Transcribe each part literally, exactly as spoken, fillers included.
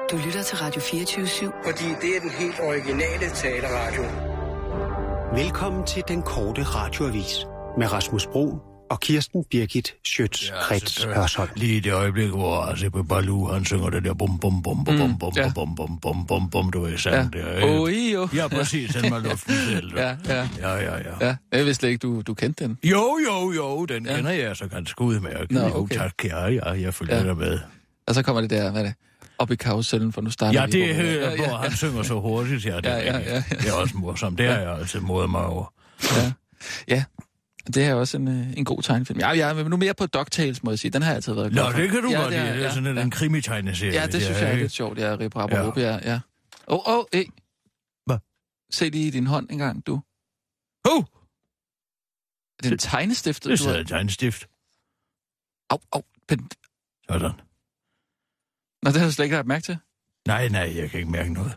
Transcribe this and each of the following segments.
Du lytter til Radio fireogtyve syv. Fordi det er den helt originale taleradio. Velkommen til den korte radioavis med Rasmus Bro og Kirsten Birgit Schøtz-Krets Hørsholm. Lige det øjeblik, hvor Asip Baloo, han synger det der bum bum bum bum bum bum bum bum bum bum bum, du er sandt der. Åh, jo. Ja, præcis, den var luften selv. Ja, ja. Ja, ja, ja. Ja, jeg vidste ikke, du, du kendte den. Jo, jo, jo, den ja. kender jeg så ganske udmærket. Nå, Jo, okay. tak, ja, ja, jeg følger Ja. dig med. Og så kommer det der, hvad er det? Op i karusellen, for nu starter Ja, vi det på- hører ja, hvor ja, han synger så hurtigt, ja, det, Ja, er ja, rigtigt. ja, ja. Det er også morsomt, det har jeg altid modet mig over. ja. Ja, det er også en, øh, en god tegnefilm. Ja, jeg er nu mere på DuckTales, må jeg sige. Den har jeg altid været glad Nå, for. det kan du ja, godt lide, det er ja, sådan en, ja. en krimi-tegneserie. Ja, det synes jeg er ikke? lidt sjovt. Ja, Rip Rap og Rup, ja. ja. Åh, oh, oh, hey. Hvad? Se lige i din hånd en gang, du. Hov! Er det en tegnestift? Det du har- er en tegnestift. Au, au. Men... Sådan. Nå, det har du slet ikke lagt mærke til. Nej, nej, jeg kan ikke mærke noget.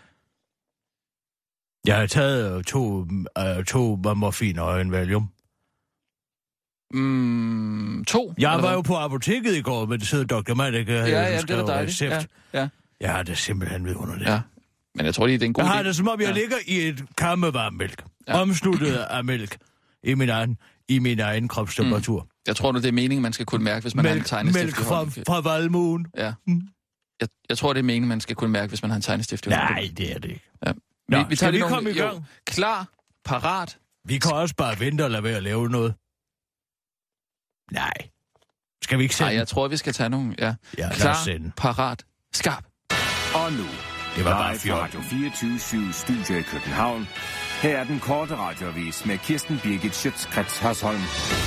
Jeg har taget øh, to, uh, to morfin og en valium. Mm, to? Jeg eller var hvad? jo på apoteket i går med det søde doktor Madek. Ja, ja, det er da dejligt. Ja, ja, Jeg har det simpelthen vidunderligt. ja. Men jeg tror lige, det er en god Jeg har idé. det, som om jeg Ja. ligger i et kamme varm mælk. Ja. Ja. Omsluttet af mælk i min egen, i min egen kropstemperatur. Mm. Jeg tror nu, det er meningen, man skal kunne mærke, hvis man har en Mælk, tegnestift mælk i fra, hånden. fra valmuen. Ja. Mm. Jeg, jeg tror, det er meningen, man skal kunne mærke, hvis man har en tegnestift i hånden. Nej, det er det ikke. Ja. Nå, vi, vi tager skal lige vi nogle- komme i jo, gang? Klar, parat. Vi kan også bare vente og lade være at lave noget. Nej. Skal vi ikke sende? Nej, jeg tror, vi skal tage nogle. Ja. Ja, lad os Klar, sende. parat, skarp. Og nu, Det var bare live fjol. fra Radio fireogtyve syv Studio i København. Her er den korte radioavis med Kirsten Birgit Schøtz-Krets Hørsholm.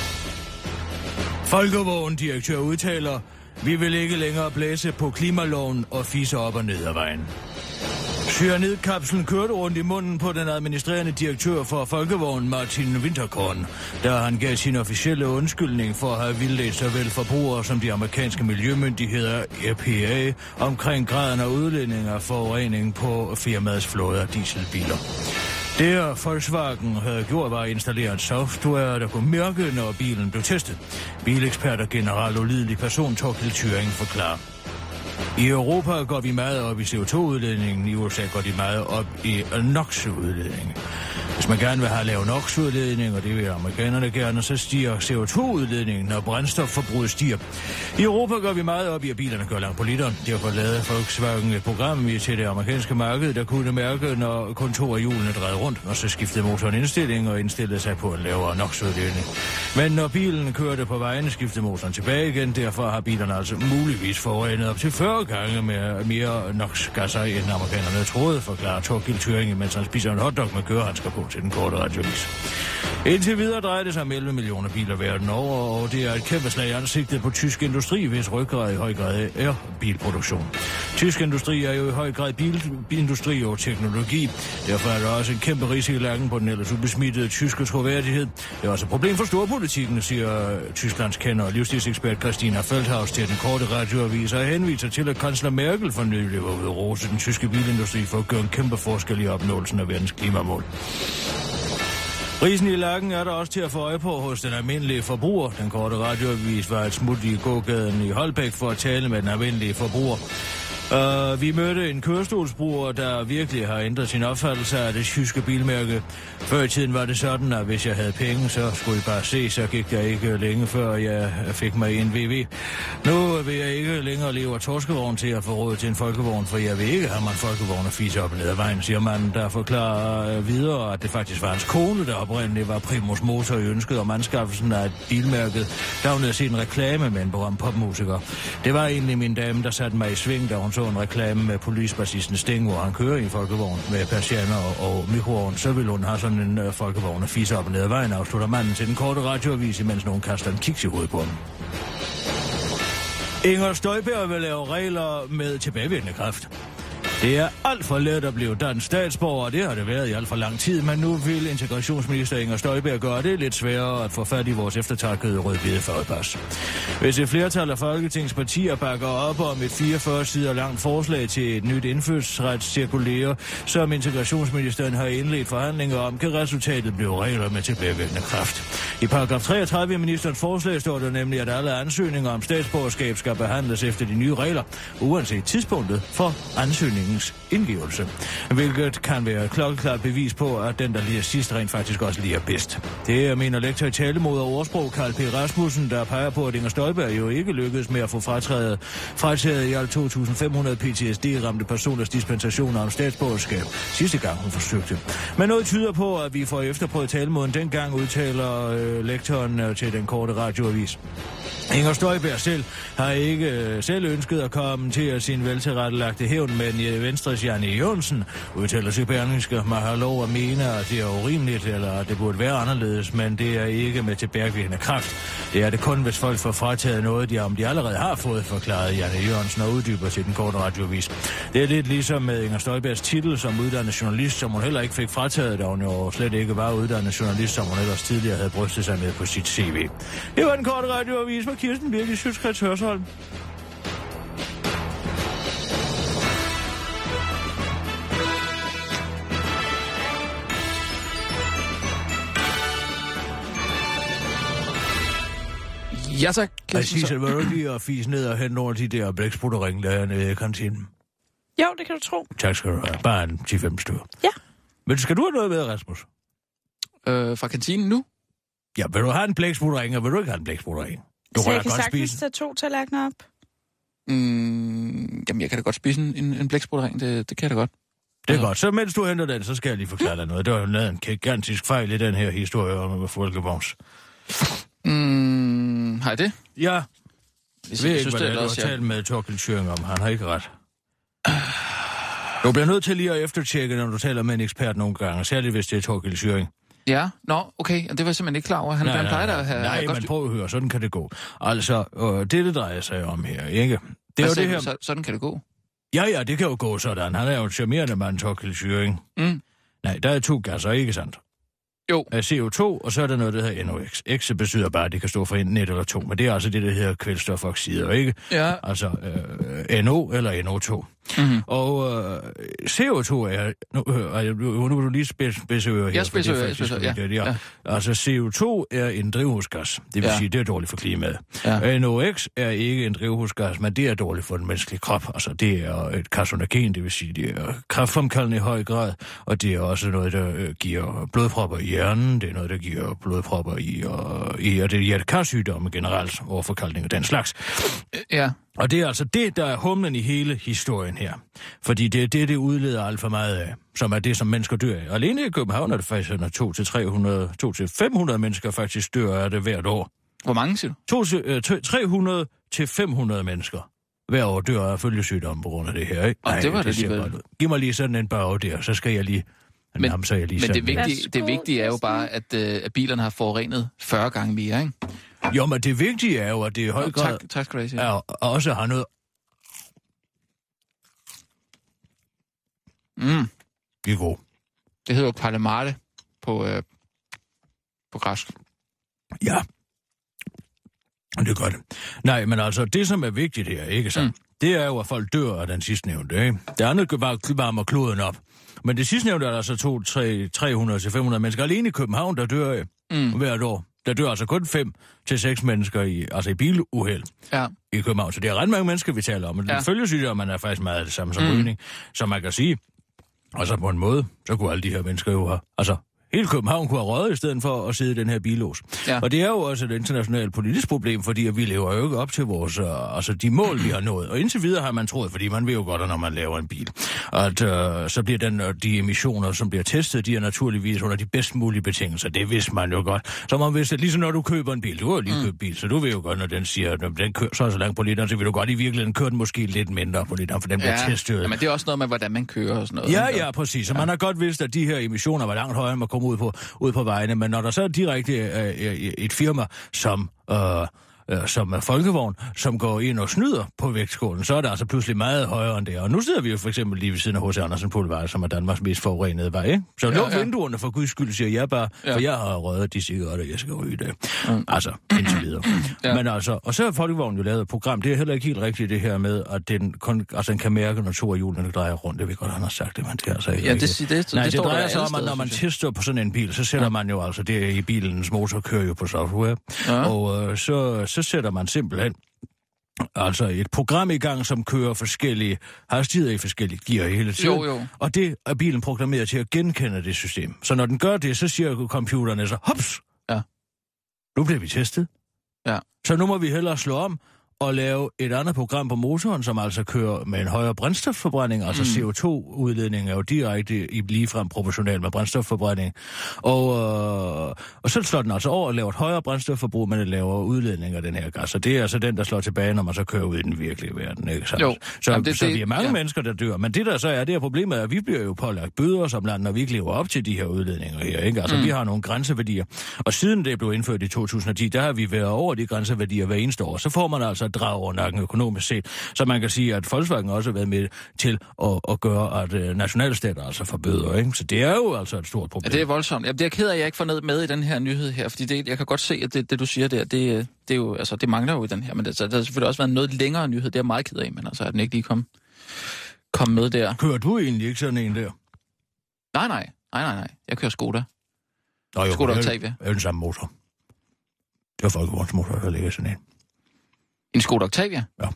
Folkevågen-direktør udtaler, vi vil ikke længere blæse på klimaloven og fisse op og ned ad vejen. Cyanidkapslen kørte rundt i munden på den administrerende direktør for Folkevogn, Martin Winterkorn, da han gav sin officielle undskyldning for at have vildledt såvel forbrugere som de amerikanske miljømyndigheder E P A omkring graden af udledning af forurening på firmaets flåde af dieselbiler. Det, Volkswagen havde gjort, var at installere en software, der kunne mærke, når bilen blev testet. Bilekspert og general ulidelig person Torkild Thuring forklarer. I Europa går vi meget op i C O to udledningen, i U S A går de meget op i NOx-udledningen. Hvis man gerne vil have lavet NOx-udledning, og det vil amerikanerne gerne, så stiger C O to udledningen, når brændstofforbruget stiger. I Europa går vi meget op i, at bilerne kører langt på literen. Derfor lavede Volkswagen et program til det amerikanske marked, der kunne mærke, når kun to af hjulene drejede rundt, og så skiftede motoren indstilling og indstillede sig på en lavere NOx-udledning. Men når bilen kørte på vejene, skiftede motoren tilbage igen. Derfor har bilerne altså muligvis forurenet op til fyrre gange med mere NOx-gasser, end amerikanerne troede, forklarer Torkild Thuring, mens han spiser en hotdog med kørehandsker på til den korte radiovis. Indtil videre drejer det sig om elleve millioner biler verden over, og det er et kæmpe slag i ansigtet på tysk industri, hvis ryggrad i høj grad er bilproduktion. Tysk industri er jo i høj grad bilindustri og teknologi. Derfor er der også en kæmpe risiko i lærken på den ellers ubesmittede tyske troværdighed. Det er også et problem for storpolitikken, siger Tysklands kender og livsstilsekspert Christina Feldhaus til den korte radioavis, og henviser til, at kansler Merkel for nylig var ude at rose den tyske bilindustri for at gøre en kæmpe forskel i opnåelsen af verdens klimamål. Prisen i lakken er der også til at få øje på hos den almindelige forbruger. Den korte radioavis var et smut i gågaden i Holbæk for at tale med den almindelige forbruger. Uh, vi mødte en kørestolsbruger, der virkelig har ændret sin opfattelse af det tyske bilmærke. Før i tiden var det sådan, at hvis jeg havde penge, så skulle I bare se, så gik der ikke længe før jeg fik mig en V V. Nu vil jeg ikke længere leve af torskevogn til at få råd til en folkevogn, for jeg vil ikke have mig en folkevogn og fise op og ned ad vejen, siger manden, der forklarer videre, at det faktisk var hans kone, der oprindeligt var primus motor i ønsket om anskaffelsen af et bilmærke, der hun havde set en reklame med en berømt popmusiker. Det var egentlig min dame, der satte mig i sving, da hun så en reklame med policebassisten Sting, hvor han kører i en folkevogn med persianer og, og mikroovn, så vil hun have sådan en uh, folkevogn og fise op og ned ad vejen, afslutter manden til den korte radioavis, mens nogen kaster en kiks i hovedet på ham. Inger Støjberg vil lave regler med tilbagevirkende kraft. Det er alt for let at blive dansk statsborger, og det har det været i alt for lang tid, men nu vil integrationsminister Inger Støjberg gøre det lidt sværere at få fat i vores eftertakkede rødbede farvepas. Hvis et flertal af Folketingets partier bakker op om et fireogfyrre sider langt forslag til et nyt indfødsretscirkulære, som integrationsministeren har indledt forhandlinger om, kan resultatet blive regler med tilbagevirkende kraft. I paragraf treogtredive i ministerens forslag står der nemlig, at alle ansøgninger om statsborgerskab skal behandles efter de nye regler, uanset tidspunktet for ansøgningen indgivelse, hvilket kan være et klokkeklart bevis på, at den, der lige sidst, rent faktisk også lige er bedst. Det mener lektor i talemod og ordsprog Karl P. Rasmussen, der peger på, at Inger Støjberg jo ikke lykkedes med at få frataget, frataget i alt to tusind fem hundrede P T S D-ramte personers dispensationer om statsborgerskab, sidste gang hun forsøgte. Men noget tyder på, at vi får efterprøvet talemåden dengang, udtaler øh, lektoren øh, til den korte radioavis. Inger Støjberg selv har ikke øh, selv ønsket at kommentere sin veltilrettelagte hævn, men Venstres Janne Jørgensen udtaler til Berlingske, man har lov at mene, at det er urimeligt, eller at det burde være anderledes, men det er ikke med tilbagevirkende kraft. Det er det kun, hvis folk får frataget noget, de om de allerede har fået, forklaret Janne Jørgensen og uddyber til den korte radioavis. Det er lidt ligesom med Inger Støjbergs titel som uddannet journalist, som hun heller ikke fik frataget, da hun jo slet ikke var uddannet journalist, som hun ellers tidligere havde brystet sig med på sit C V. Det var den korte radioavis med Kirsten Birgit Schøtz-Krets Hørsholm. Ja, tak. Jeg siger, vil du lige at fise ned og hente nogle af de der blæksprutteringe, der er nede i kantinen? Jo, det kan du tro. Tak skal du have. Bare en ti til femten stykker. Ja. Men skal du have noget med, Rasmus? Øh, fra kantinen nu? Ja, vil du have en blækspruttering, og vil du ikke have en blækspruttering? Du Så jeg kan sagtens tage to tallerkener op. Mm, jamen, jeg kan da godt spise en, en, en blækspruttering. Det, det kan jeg da godt. Det er ja. Godt. Så mens du henter den, så skal jeg lige forklare dig noget. Det var jo lavet en gigantisk fejl i den her historie om Folkevogns. Mm, har jeg det? Ja. Jeg Hvis ved jeg ikke, synes, hvad det du har også, talt med Torkild Schøring om. Han har ikke ret. Du bliver nødt til lige at eftertjekke, når du taler med en ekspert nogle gange, særligt hvis det er Torkild Schøring. Ja, nå, okay, og det var jeg simpelthen ikke klar over. Han, nej, han plejer nej, at have... Nej, men prøv at høre, sådan kan det gå. Altså, øh, det det drejer sig om her, ikke? Det er altså, jo det her... Så, sådan kan det gå? Ja, ja, det kan jo gå sådan. Han er jo en charmerende mand, Torkild Schøring. Mm. Nej, der er to gasser, ikke sandt? Jo. C O to, og så er der noget, der hedder N O X. X betyder bare, at det kan stå for enten et eller to, men det er altså det, der hedder kvælstofoxider, ikke? Ja. Altså øh, N O eller N O to. Mm-hmm. Og øh, C O to er... Nu, øh, nu, nu er du lige spidsøger her. Jeg spidsøger, jeg spidsøger, ja. Det, ja. ja. Altså C O to er en drivhusgas. Det vil ja. sige, det er dårligt for klimaet. Ja. N O X er ikke en drivhusgas, men det er dårligt for den menneskelige krop. Altså det er et carcinogen, det vil sige, det er kræftfremkaldende i høj grad, og det er også noget, der øh, giver blodpropper i hjernen, det er noget, der giver blodpropper i, og, i og det er hjertekarsygdomme generelt, overforkaldning og den slags. Ja. Og det er altså det, der er humlen i hele historien her. Fordi det er det, det udleder alt for meget af, som er det, som mennesker dør af. Alene i København er det faktisk sådan, at to til tre hundrede, to til fem hundrede mennesker faktisk dør af det hvert år. Hvor mange siger du? tre hundrede til fem hundrede mennesker hver år dør af følgesygdomme på grund af det her, ikke? Og Ej, det var det, det alligevel. Giv mig lige sådan en bag der, så skal jeg lige... Men, jamen, så jeg lige men det, vigtige, det vigtige er jo bare, at, uh, at bilerne har forurenet fyrre gange mere, ikke? Jo, men det vigtige er jo, at det i høj grad... Tak, tak skal du have. Er, også har noget... Mm. Det er god. Det hedder jo kalamate på, øh, på græsk. Ja. Det gør det. Nej, men altså, det som er vigtigt her, ikke så? Mm. Det er jo, at folk dør af den sidstnævnte, ikke? Det andet bare varmer kloden op. Men det sidstnævnte er der altså to, tre, tre hundrede til fem hundrede mennesker. Alene i København, der dør af mm. hvert år. Der dør altså kun fem til seks mennesker i, altså i biluheld ja. i København. Så det er ret mange mennesker, vi taler om. Men ja. Den følgesygdom, man er faktisk meget af det samme som mm. rygning. Så man kan sige, altså på en måde, så kunne alle de her mennesker jo have... Altså, hele København kunne have røget i stedet for at sidde i den her billås. Ja. Og det er jo også et internationalt politisk problem, fordi vi lever jo ikke op til vores, uh, altså de mål, vi har nået. Og indtil videre har man troet, fordi man ved jo godt, at når man laver en bil, at uh, så bliver den, uh, de emissioner, som bliver testet, de er naturligvis under de bedst mulige betingelser. Det vidste man jo godt. Så man vidste, at ligesom når du køber en bil, du har jo lige købt en bil, så du ved jo godt, når den siger, at den kører så så langt på literen, så vil du godt i virkeligheden køre den måske lidt mindre på literen, for den bliver ja. testet. Ja, men det er også noget med, hvordan man kører og sådan noget. Ja, ja, præcis. Så ja. Man har godt vidst, at de her emissioner var langt højere, end man kom ud på, ud på vejene. Men når der så er direkte øh, et firma, som øh, øh, som er folkevogn, som går ind og snyder på vægtskålen, så er det altså pludselig meget højere end det. Og nu sidder vi jo for eksempel lige ved siden af H C Andersen Boulevard, som er Danmarks mest forurenede vej, ikke? Så luk ja, ja. vinduerne for guds skyld, siger jeg bare, ja. for jeg har røget de cigaretter, jeg skal ryge i dag. Mm. Altså, indtil videre. ja. Men altså, og så har folkevognen jo lavet et program, det er heller ikke helt rigtigt det her med, at den, kun, altså, den kan mærke, når to af hjulene drejer rundt. Det vil godt, han har sagt det, men det er altså ikke ja, det, det, det, Nej, det, det det drejer sig om, at når man tester på sådan en bil, så sætter ja. man jo altså det i bilens motor, kører jo på software, ja. og øh, så, så sætter man simpelthen altså et program i gang, som kører forskellige hastigheder i forskellige gear hele tiden. Jo, jo. Og det er bilen programmeret til at genkende det system. Så når den gør det, så siger computerne så, hops! Ja. Nu bliver vi testet. Ja. Så nu må vi hellere slå om og lave et andet program på motoren, som altså kører med en højere brændstofforbrænding, altså mm. C O to udledning er jo direkte i ligefrem proportional med brændstofforbrænding. Og, øh, og så slår den altså over og laver et højere brændstofforbrug, men det laver udledning af den her gas. Så det er altså den, der slår tilbage, når man så kører ud i den virkelige verden. Ikke? Så, jo. så, Jamen, det, så det, vi er mange ja. mennesker, der dør. Men det der så er, det er problemet, at vi bliver jo pålagt bøder som land, når vi ikke lever op til de her udledninger her. Ikke? Altså, mm. vi har nogle grænseværdier. Og siden det blev indført i to tusind og ti, der har vi været over de grænseværdier hver eneste år. Så får man altså et drag over nakken økonomisk set. Så man kan sige, at Volkswagen også har været med til at, at gøre, at uh, nationalstater altså får bøder, ikke? Så det er jo altså et stort problem. Ja, det er voldsomt. Jamen, det er ked af, at jeg ikke får ned med i den her nyhed her, fordi det, jeg kan godt se, at det, det du siger der, det, det, er jo, altså, det mangler jo i den her, men det, så, der har selvfølgelig også været noget længere nyhed, det er jeg meget ked af, men altså, er den ikke lige kommet kom med der. Kører du egentlig ikke sådan en der? Nej, nej, nej, nej, nej. Jeg kører Skoda. Nå, jo, Skoda Octavia. Det er den samme motor. Det er folkevognsmotor, der ligger sådan en. En Skoda Octavia? Ja.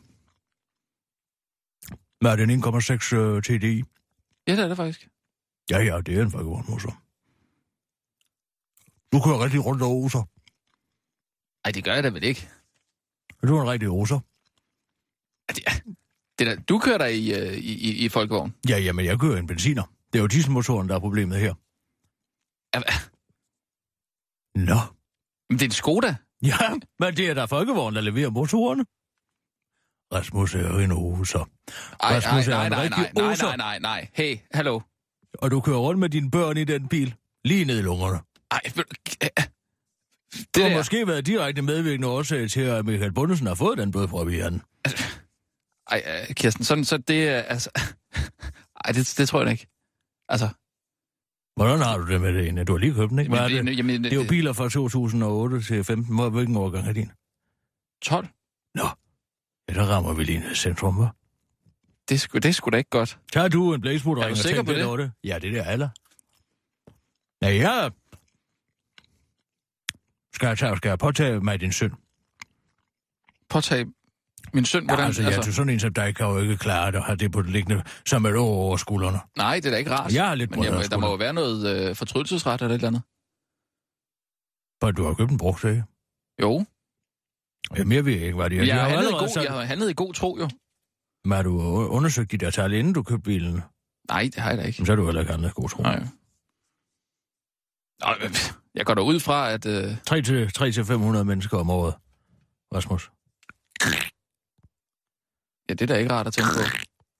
Hvad er den en komma seks uh, T D I? Ja, det er det faktisk. Ja, ja, det er en folkevognsmotor. Du kører rigtig rundt og oser. Nej, det gør jeg da vel ikke. Du er en rigtig oser. Ja, det er, det der, du kører der i, i, i, i folkevogn? Ja, ja, men jeg kører en benziner. Det er jo dieselmotoren, der er problemet her. Ja, Nå. Men det er en Skoda. Ja, men det er der folkevogn, der leverer motorerne. Rasmus er jo en oser. Ej, Rasmus ej, er nej, en nej, rigtig nej, nej, oser. nej, nej, nej. Hey, hallo. Og du kører rundt med dine børn i den bil. Lige ned i lungerne. Ej, det Det har der... måske været direkte medvirkende årsag til, at Michael Bundesen har fået den blodprop i handen. Ej, Kirsten, sådan, så det er, altså... Ej, det, det tror jeg da ikke. Altså... Hvordan har du det med det egentlig? Du har lige købt den, ikke? Hvad er Jamen, det? jamen, Det er jo biler fra to tusind og otte til femten. Hvilken årgang er din? tolv? Nå, ja, der rammer vi lige ned i centrum, hva'? Det er sgu, det er sgu da ikke godt. Tager du en blæsmutring og tænker på det? Over det? Ja, det der alle. Ja, ja. Skal jeg, tage, skal jeg påtage mig din søn? Påtage min søn? Hvordan? Ja, altså, altså... ja, du sådan en som dig kan jo ikke klare det at have det på det liggende som et år over skuldrene. Nej, det er da ikke rart. Jeg har lidt men jeg, der må jo være noget øh, fortrydelsesret eller et eller andet. For du har købt en brugt, ikke? Jo. Ja, mere ved jeg ikke, hvad det er. Jeg, jeg, handlede god, sagt... jeg handlede i god tro, jo. Men har du undersøgt de der tal, inden du købte bilen? Nej, det har jeg da ikke. Men så har du heller ikke handlet i god tro. Nej. Jeg går da ud fra, at... Øh... tre til fem hundrede mennesker om året, Rasmus. Ja, det er da ikke rart at tænke på.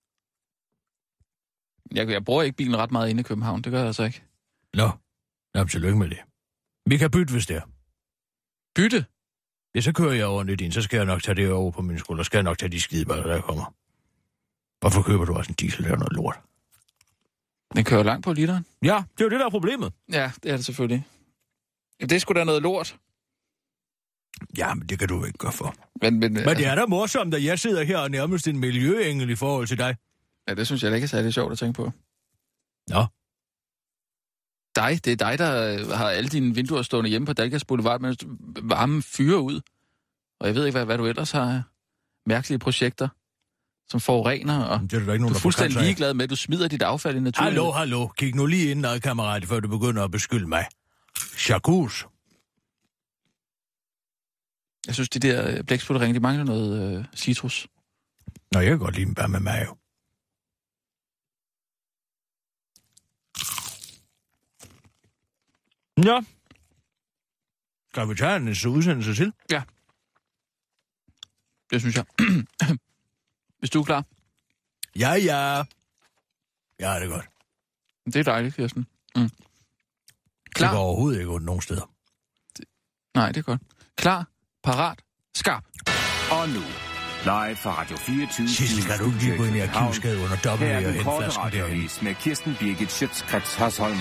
Jeg, jeg bruger ikke bilen ret meget inde i København, det gør jeg altså ikke. Nå, jamen tillykke med det. Vi kan bytte, hvis det er. Bytte? Ja, så kører jeg over i din, så skal jeg nok tage det over på min skulder. Så skal jeg nok tage de skidebakker, der kommer. Hvorfor køber du også en diesel, der er noget lort? Den kører langt på literen. Ja, det er jo det, der er problemet. Ja, det er det selvfølgelig. Det er sgu da noget lort. Ja, men det kan du ikke gøre for. Men, men, men det er da morsomt, at jeg sidder her og nærmest en miljøengel i forhold til dig. Ja, det synes jeg da ikke er særlig sjovt at tænke på. Nå. Dig, det er dig, der har alle dine vinduer stående hjemme på Dalgas Boulevard, mens varmen fyrer ud. Og jeg ved ikke, hvad, hvad du ellers har mærkelige projekter, som forurener, og det er der ikke nogen, du er fuldstændig ligeglad med, at du smider dit affald i naturen. Hallo, hallo. Kig nu lige ind, kammerat, før du begynder at beskylde mig. Jacques. Jeg synes, de der blæksprutteringe, de mangler noget øh, citrus. Nå, jeg kan godt lide dem bare med mig, jo. Ja. Skal vi tage en udsendelse til? Ja. Det synes jeg. Hvis du er klar. Ja, ja. Ja, det er godt. Det er dejligt, Kirsten. Mm. Klar. Det går overhovedet ikke ondt nogen steder. Det... Nej, det er godt. Klar, parat, Skarp. Og nu, live fra Radio fireogtyve. Sissel, kan du ikke lige gå ind i arkivskade under Her W er og den hente korte flasken derinde? radioavis med Kirsten Birgit Schøtz-Krets Hørsholm.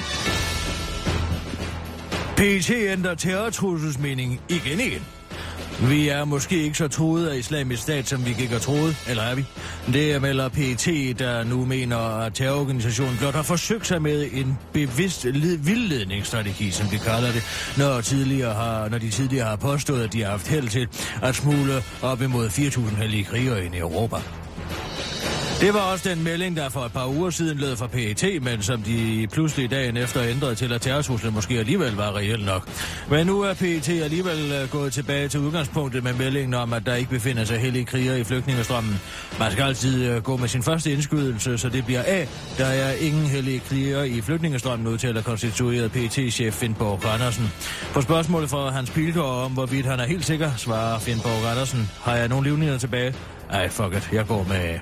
P E T ændrer terrortrusselsmening igen igen. Vi er måske ikke så troet af Islamisk Stat, som vi gik og troede, eller er vi? Det melder P E T, der nu mener, at terrororganisationen blot har forsøgt sig med en bevidst vildledningsstrategi, som de kalder det, når, tidligere har, når de tidligere har påstået, at de har haft held til at smule op imod fire tusind hellige krigere ind i Europa. Det var også den melding, der for et par uger siden lød fra P E T, men som de pludselig dagen efter ændrede til, at terrortruslen måske alligevel var reelt nok. Men nu er P E T alligevel gået tilbage til udgangspunktet med meldingen om, at der ikke befinder sig hellige krigere i flygtningestrømmen. Man skal altid gå med sin første indskydelse, så det bliver A. Der er ingen hellige krigere i flygtningestrømmen, udtaler konstitueret P E T-chef Finnborg Andersen. På spørgsmålet fra Hans Pilgaard om, hvorvidt han er helt sikker, svarer Finnborg Andersen: har jeg nogle livninger tilbage? Ej, fuck it, jeg går med A.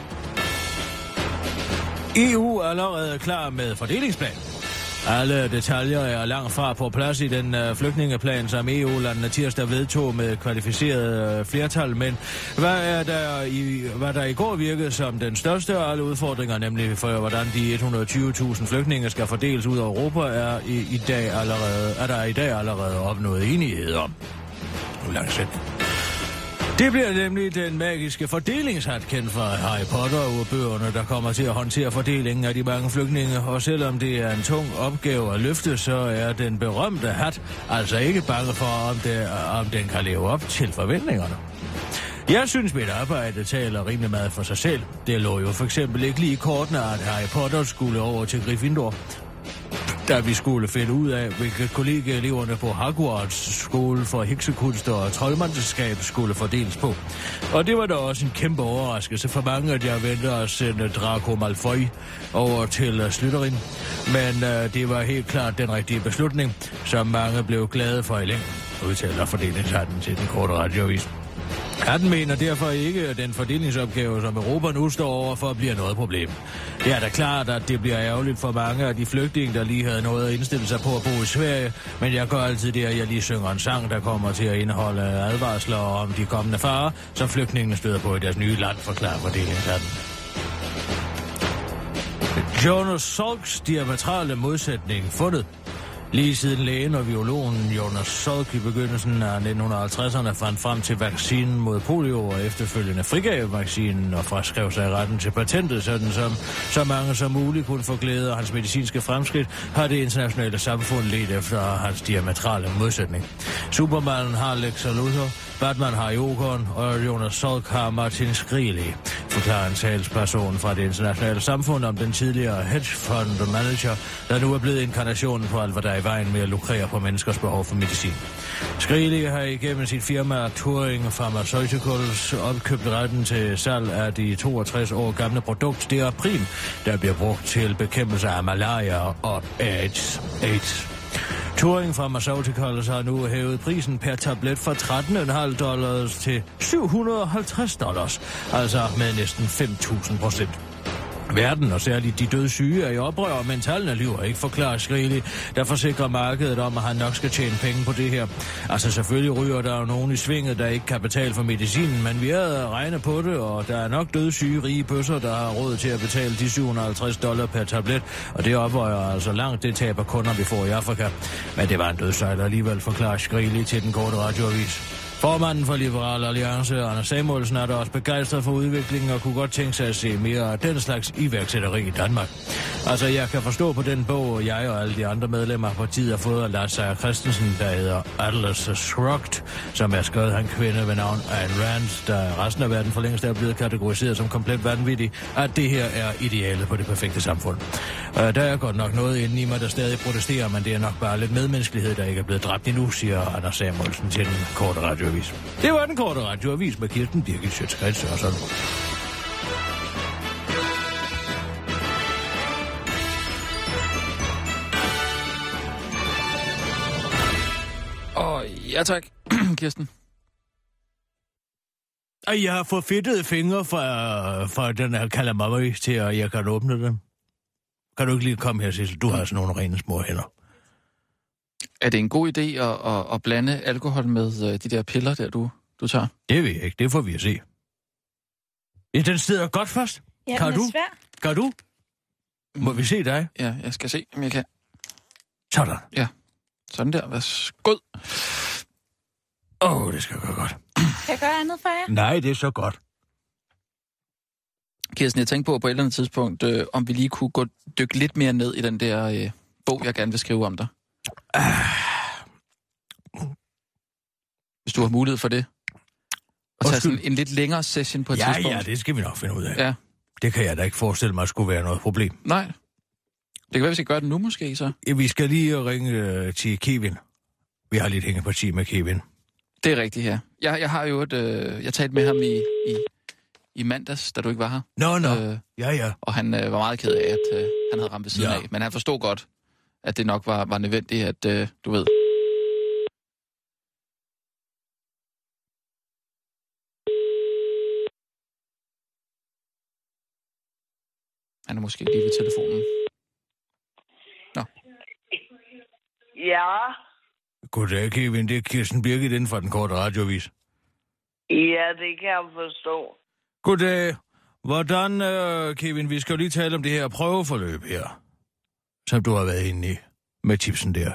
E U er allerede klar med fordelingsplan. Alle detaljer er langt fra på plads i den uh, flygtningeplan, som E U-landene tirsdag vedtog med kvalificeret uh, flertal, men hvad, er der i, hvad der i går virkede som den største af alle udfordringer, nemlig for hvordan de et hundrede og tyve tusind flygtninge skal fordeles ud af Europa, er, i, i dag allerede, er der i dag allerede opnået enighed om. Langsomt. Det bliver nemlig den magiske fordelingshat, kendt fra Harry Potter-bøgerne, der kommer til at håndtere fordelingen af de mange flygtninge. Og selvom det er en tung opgave at løfte, så er den berømte hat altså ikke bange for, om, det, om den kan leve op til forventningerne. Jeg synes, mit arbejde taler rimelig meget for sig selv. Det lå jo for eksempel ikke lige i kortene, at Harry Potter skulle over til Gryffindor, da vi skulle finde ud af, hvilke kollegaeleverne på Hogwarts skole for heksekunst og troldmandskab skulle fordeles på. Og det var da også en kæmpe overraskelse for mange, at jeg venter at sende Draco Malfoy over til Slytherin. Men uh, det var helt klart den rigtige beslutning, som mange blev glade for i længden, udtaler fordelingshatten til den korte radioavis. Hatten mener derfor ikke, at den fordelingsopgave, som Europa nu står over for, bliver noget problem. Det er da klart, at det bliver ærgerligt for mange af de flygtninge, der lige havde noget at indstille sig på at bo i Sverige, men jeg gør altid det, at jeg lige synger en sang, der kommer til at indeholde advarsler om de kommende farer, som flygtningene støder på i deres nye land, forklarer fordelingshatten. Jonas Salks diametrale modsætning fundet. Lige siden lægen og biologen Jonas Salk i begyndelsen af nitten halvtredserne fandt frem til vaccinen mod polio og efterfølgende frigav vaccinen og fraskrev sig retten til patentet, sådan som så mange som muligt kunne få glæde af hans medicinske fremskridt, har det internationale samfund ledt efter hans diametrale modsætning. Superman har Lex Luthor, Batman har Jokeren, og Jonas Salk har Martin Shkreli, forklarer en talsperson fra det internationale samfund om den tidligere hedgefund manager, der nu er blevet inkarnationen på alt, hvad der er i vejen med at lukrere på menneskers behov for medicin. Shkreli har igennem sit firma Turing Pharmaceuticals opkøbt retten til salg af de toogtres år gamle produkt Deraprim, der bliver brugt til bekæmpelse af malaria og AIDS. AIDS. Turing Pharmaceuticals har nu hævet prisen per tablet fra tretten komma fem dollars til syv hundrede og halvtreds dollars, altså med næsten fem tusind procent. Verden, og særligt de dødssyge, er i oprør, og mentallene lyver ikke, forklarer Shkreli, der forsikrer markedet om, at han nok skal tjene penge på det her. Altså selvfølgelig ryger der jo nogen i svinget, der ikke kan betale for medicinen, men vi har regnet på det, og der er nok dødssyge rige bøsser, der har råd til at betale de syv hundrede og halvtreds dollar per tablet, og det opvejer altså langt det taber kunder, vi får i Afrika. Men det var en dødssejler alligevel, forklarer Shkreli til den korte radioavis. Formanden for Liberal Alliance, Anders Samuelsen, er der også begejstret for udviklingen og kunne godt tænke sig at se mere af den slags iværksætteri i Danmark. Altså, jeg kan forstå på den bog, jeg og alle de andre medlemmer af partiet har fået af Lars Seier Christensen, der hedder Atlas Shrugged, som er skrevet af en kvinde ved navn Ayn Rand, der resten af verden for længst er blevet kategoriseret som komplet vanvittig, at det her er idealet på det perfekte samfund. Uh, der er godt nok noget inde i mig, der stadig protesterer, men det er nok bare lidt medmenneskelighed, der ikke er blevet dræbt endnu, siger Anders Samuelsen til den korte radioavis. Det var den korte radioavis med Kirsten Birgit Schøtz-Krets og sådan. Og ja tak, Kirsten. Og jeg har fået fedtede fingre fra, fra den her calamari til, at jeg kan åbne dem. Kan du ikke lige komme her, Sissel? Du har sådan nogle rene små hænder. Er det en god idé at, at, at blande alkohol med de der piller, der du du tager? Det ved jeg ikke. Det får vi at se. Ja, den sidder godt fast. Ja, kan den du? er svær. Kan du? Må vi se dig? Ja, jeg skal se, om jeg kan. Sådan. Ja, sådan der. Værsgo. Åh, oh, det skal gå godt. Kan jeg gøre andet for jer? Nej, det er så godt. Kirsten, jeg tænkte på på et eller andet tidspunkt, øh, om vi lige kunne gå dykke lidt mere ned i den der øh, bog, jeg gerne vil skrive om dig. Ah. Hvis du har mulighed for det. Og tage sådan en lidt længere session på et ja, tidspunkt. Ja, det skal vi nok finde ud af. Ja. Det kan jeg da ikke forestille mig, skulle være noget problem. Nej. Det kan være, vi skal gøre det nu måske, så. Ja, vi skal lige ringe øh, til Kevin. Vi har lidt hængeparti med Kevin. Det er rigtigt, ja. Jeg, jeg har jo et... Øh, jeg talte med ham i, i, i mandags, da du ikke var her. Nå, nå. Øh, ja, ja. Og han øh, var meget ked af, at øh, han havde ramt ved siden ja. af. Men han forstod godt, at det nok var, var nødvendigt, at øh, du ved... Han er måske lige ved telefonen. Nå. Ja. Goddag, Kevin. Det er Kirsten Birgit inden for den korte radioavis. Ja, det kan jeg forstå. Goddag. Hvordan, øh, Kevin, vi skal jo lige tale om det her prøveforløb her, som du har været inde i med tipsen der.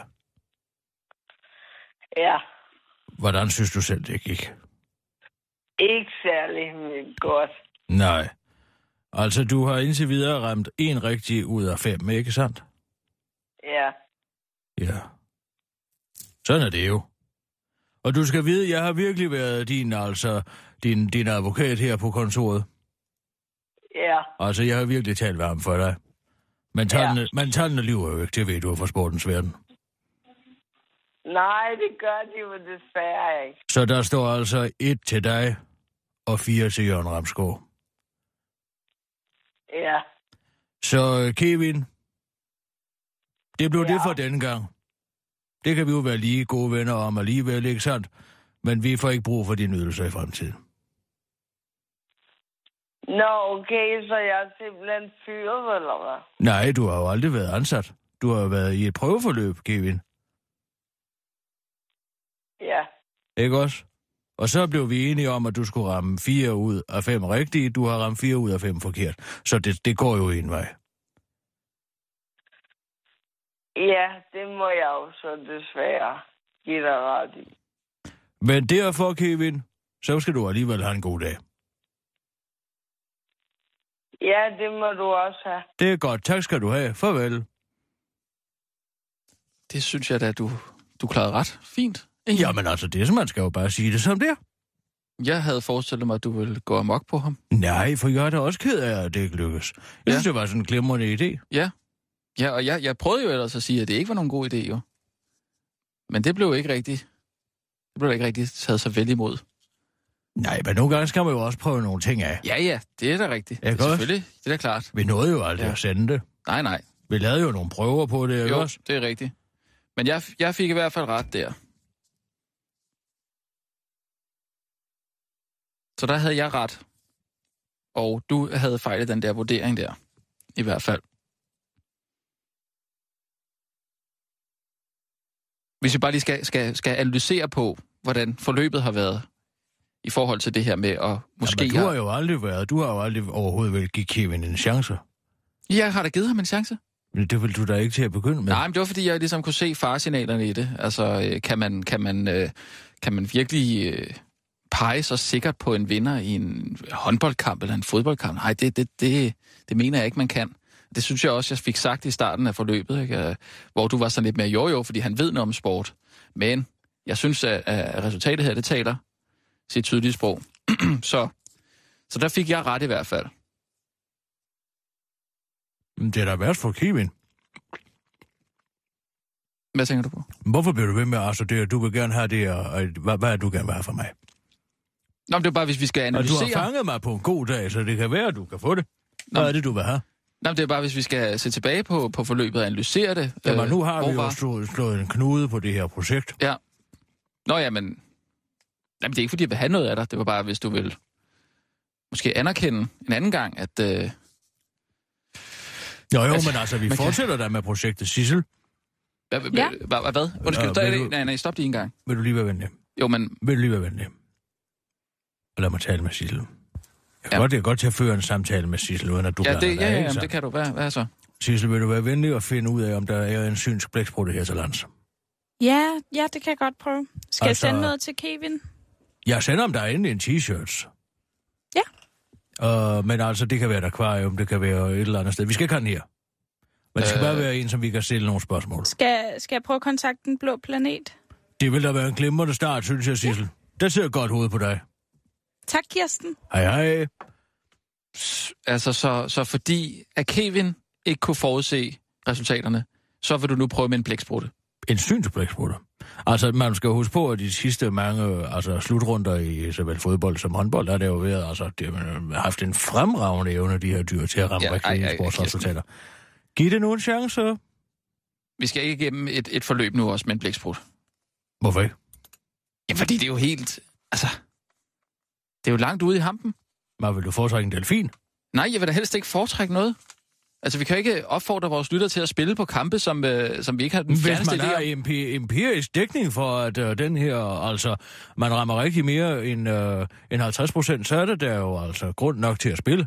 Ja. Hvordan synes du selv, det gik? Ikke særlig godt. Nej. Altså, du har indtil videre ramt en rigtig ud af fem, ikke sandt? Ja. Ja. Sådan er det jo. Og du skal vide, jeg har virkelig været din, altså, din, din advokat her på kontoret. Ja. Altså, jeg har virkelig talt varmt for dig. Men tallene, ja. men tallene lyver jo ikke, det ved du fra sportens verden. Nej, det gør de jo desværre ikke. Så der står altså et til dig og fire til Jørgen Ramsgaard. Ja. Så Kevin, det blev ja. det for denne gang. Det kan vi jo være lige gode venner om alligevel, ikke sandt? Men vi får ikke brug for dine ydelser i fremtiden. Nå, okay, så jeg er simpelthen fyret, eller hvad? Nej, du har jo aldrig været ansat. Du har været i et prøveforløb, Kevin. Ja. Ikke også? Og så blev vi enige om, at du skulle ramme fire ud af fem rigtige. Du har ramt fire ud af fem forkert. Så det, det går jo en vej. Ja, det må jeg jo så desværre give dig ret i. Men derfor, Kevin, så skal du alligevel have en god dag. Ja, det må du også have. Det er godt. Tak skal du have. Farvel. Det synes jeg da, du, du klarede ret fint. Jamen altså, det er, man skal jo bare sige det som det er. Jeg havde forestillet mig, at du ville gå amok på ham. Nej, for jeg er da også ked af, at det ikke lykkes. Jeg ja. synes, det var sådan en glimrende idé. Ja, ja og jeg, jeg prøvede jo ellers at sige, at det ikke var nogen god idé, jo. Men det blev ikke rigtigt. Det blev ikke rigtig taget så vel imod. Nej, men nogle gange skal man jo også prøve nogle ting af. Ja, ja, det er da rigtigt. Ja, det er selvfølgelig, det er da klart. Vi nåede jo aldrig ja. at sende det. Nej, nej. Vi lavede jo nogle prøver på det, ikke jo, også? det er rigtigt. Men jeg, jeg fik i hvert fald ret der. Så der havde jeg ret. Og du havde fejlet den der vurdering der. I hvert fald. Hvis vi bare lige skal, skal, skal analysere på, hvordan forløbet har været i forhold til det her med at måske... Ja, du har jo aldrig været, du har jo aldrig overhovedet vel give Kevin en chance. Jeg har da givet ham en chance. Men det vil du da ikke til at begynde med. Nej, men det var fordi, jeg ligesom kunne se faresignalerne i det. Altså, kan man, kan man, kan man virkelig pege så sikkert på en vinder i en håndboldkamp eller en fodboldkamp? Nej, det, det, det, det mener jeg ikke, man kan. Det synes jeg også, jeg fik sagt i starten af forløbet, ikke? Hvor du var sådan lidt mere jo-jo, fordi han ved noget om sport. Men jeg synes, at resultatet her, det taler sit tydelige sprog. så, så der fik jeg ret i hvert fald. Det er da værst for Kevin. Hvad tænker du på? Hvorfor bliver du ved med, altså det, du vil gerne have det, og hvad, hvad er du gerne vil have for mig? Nå, men det er bare, hvis vi skal analysere... Og du har fanget mig på en god dag, så det kan være, at du kan få det. Hvad Nå, er det, du vil have? Nå, det er bare, hvis vi skal se tilbage på, på forløbet og analysere det. Jamen, nu har øh, vi jo slået, slået en knude på det her projekt. Ja. Nå, jamen... Jamen, det er ikke, fordi jeg vil have noget af dig. Det var bare, hvis du vil måske anerkende en anden gang, at... Øh, jo, jo, at, men altså, vi fortsætter kan... da med projektet, Sissel. Hvad? Hvad? Hvad? Undskyld, ja, du... nej, nej, stop lige en gang. Vil du lige være venlig? Jo, men... Vil du lige være venlig? Og lad mig tale med Sissel. Jeg kan, ja. godt, jeg kan godt til at føre en samtale med Sissel, uden at du ja, blander det, dig, ja, ja, ikke, jamen, det kan du. Hvad, hvad så? Sissel, vil du være venlig og finde ud af, om der er en synsk blæksprutte her til lands? Ja, ja, det kan jeg godt prøve. Skal altså, jeg sende noget til Kevin? Jeg sender om der er endelig en t-shirts. Ja. Uh, men altså, det kan være et akvarium, det kan være et eller andet sted. Vi skal ikke have den her. Men det skal øh... bare være en, som vi kan stille nogle spørgsmål. Skal, skal jeg prøve at kontakte Den Blå Planet? Det vil da være en glimrende start, synes jeg, Sissel. Ja. Der sidder godt hoved på dig. Tak, Kirsten. Hej, hej. Altså, så, så fordi at Kevin ikke kunne forudse resultaterne, så vil du nu prøve med en blæksprutte. En synsblæksprutte. Altså, man skal huske på, at de sidste mange altså, slutrunder i såvel fodbold som håndbold, der er det jo været, altså, de har haft en fremragende evne, de her dyr, til at ramme ja, rigtige sportsresultater. Giv det nu en chance. Vi skal ikke igennem et, et forløb nu også med en blæksprut. Hvorfor ikke? Jamen, fordi det er jo helt... Altså... Det er jo langt ude i hampen. Men vil du foretrække en delfin? Nej, jeg vil da helst ikke foretrække noget. Altså, vi kan ikke opfordre vores lytter til at spille på kampe, som, øh, som vi ikke har den fjerneste idé om. Hvis man har empirisk dækning for, at øh, den her, altså, man rammer rigtig mere end, øh, end halvtreds procent, så er det der jo altså grund nok til at spille.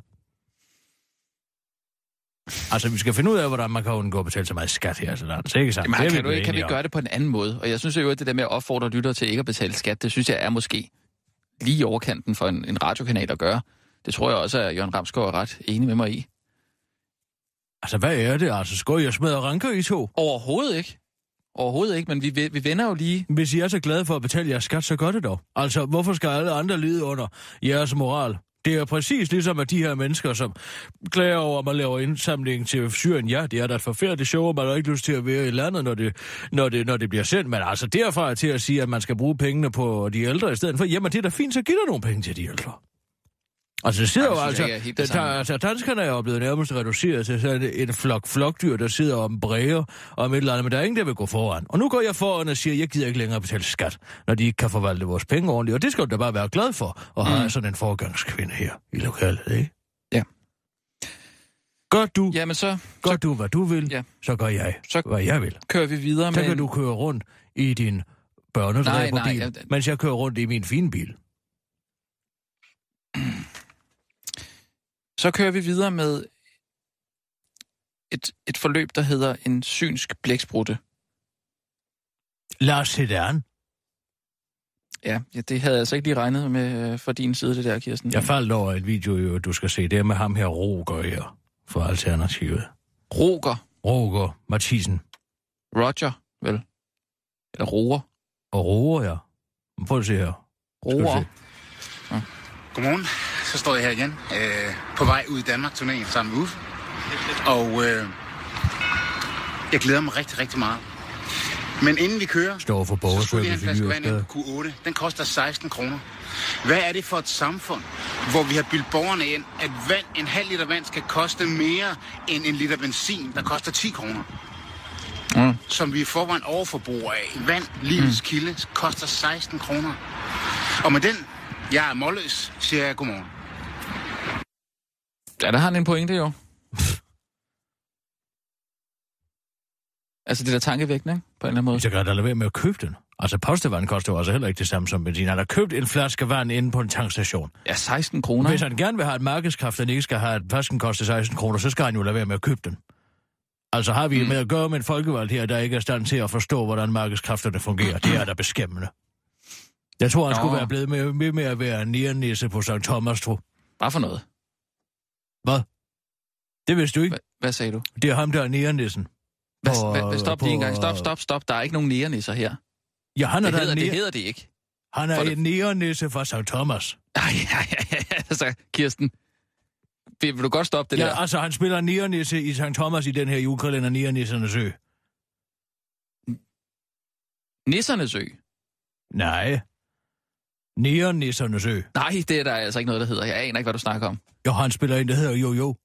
Altså, vi skal finde ud af, hvordan man kan undgå at betale så meget skat her. Så det er ikke sammen. Jamen, kan, du, kan vi gøre det på en anden måde? Og jeg synes jo, at det der med at opfordre lytter til ikke at betale skat, det synes jeg er måske lige i overkanten for en, en radiokanal at gøre. Det tror jeg også, at Jørgen Ramskov er ret enig med mig i. Altså, hvad er det? Altså, skal jeg smadre ranker i to? Overhovedet ikke. Overhovedet ikke, men vi, vi vender jo lige... Hvis I er så glade for at betale jeres skat, så gør det dog. Altså, hvorfor skal alle andre lide under jeres moral? Det er præcis ligesom, at de her mennesker, som klager over, at man laver indsamling til Syrien, ja, det er da et forfærdeligt show, og man har ikke lyst til at være i landet, når det, når det, når det bliver sendt. Men altså, derfra til at sige, at man skal bruge pengene på de ældre i stedet for, jamen, det er da fint, så giv der nogle penge til de ældre. Altså, det sidder jo altså, det, der, altså, danskerne er jo blevet nærmest reduceret til sådan et flok flokdyr, der sidder om bræger om et eller andet, men der er ingen, der vil gå foran. Og nu går jeg foran og siger, at jeg gider ikke længere betale skat, når de ikke kan forvalte vores penge ordentligt. Og det skal du da bare være glad for, at have mm. sådan en forgangskvinde her i lokalet, ikke? Ja. Gør du, Jamen så, gør så, du hvad du vil, ja. så gør jeg, så hvad jeg vil. Kører vi videre så med... Så kan du køre rundt i din børnedræberbil, ja, mens jeg kører rundt i min fine bil. Så kører vi videre med et, et forløb, der hedder en synsk blæksprutte. Lars Hedern. Ja, ja, det havde jeg altså ikke lige regnet med fra din side, det der, Kirsten. Jeg faldt over et video, jo, du skal se. Det er med ham her, Roger her, for Alternativet. Roger? Roger Mathisen. Roger, vel? Eller Roger? Og Roger, ja. Prøv at se her. Roger. Ja. Godmorgen. Så står jeg her igen, øh, på vej ud i Danmark-turnéen sammen med Uffe. Og øh, jeg glæder mig rigtig, rigtig meget. Men inden vi kører, står for så skulle jeg en flaske vand ind på Q otte. Den koster seksten kroner. Hvad er det for et samfund, hvor vi har bildt borgerne ind, at vand, en halv liter vand skal koste mere end en liter benzin, der koster ti kroner? Mm. Som vi i forvejen overforbruger af. Vand, livets mm. kilde, koster seksten kroner. Og med den, jeg er målløs, siger jeg godmorgen. Ja, der har han en pointe, jo. Altså, det der tankevækkende, ikke? På en eller anden måde. Så kan der lade være med at købe den. Altså, postevand koster jo altså heller ikke det samme som benzin. Han har købt en flaske vand inde på en tankstation. Ja, seksten kroner. Hvis han gerne vil have et markedskraft, og ikke skal have, at flasken koster seksten kroner, så skal han jo lade være med at købe den. Altså, har vi mm. med at gøre med en folkevalg her, der ikke er stand til at forstå, hvordan markedskræfterne fungerer. Det er da beskæmmende. Jeg tror, han Nå. skulle være blevet med, med, med at være nærnisse på Sankt Thomas, tro. Hvad for noget? Hvad? Det vidste du ikke. Hva, hvad sagde du? Det er ham, der er nærnissen. Hvad, hvad, stop lige en gang. Stop, stop, stop. Der er ikke nogen nærenisser her. Ja, han er det, der hedder, nære... det hedder det ikke. Han er For en nærnisse fra Sankt Thomas. Ej, ja, ja, ja. Altså, Kirsten. Vil, vil du godt stoppe det ja, der? Ja, altså, han spiller nærnisse i Sankt Thomas i den her julekalender Nærnissernes Ø. Nissernes Ø? Nej. Nærnissernes Ø. Nej, det er der altså ikke noget, der hedder. Jeg aner ikke, hvad du snakker om. Jo, han spiller en, der hedder Jojo.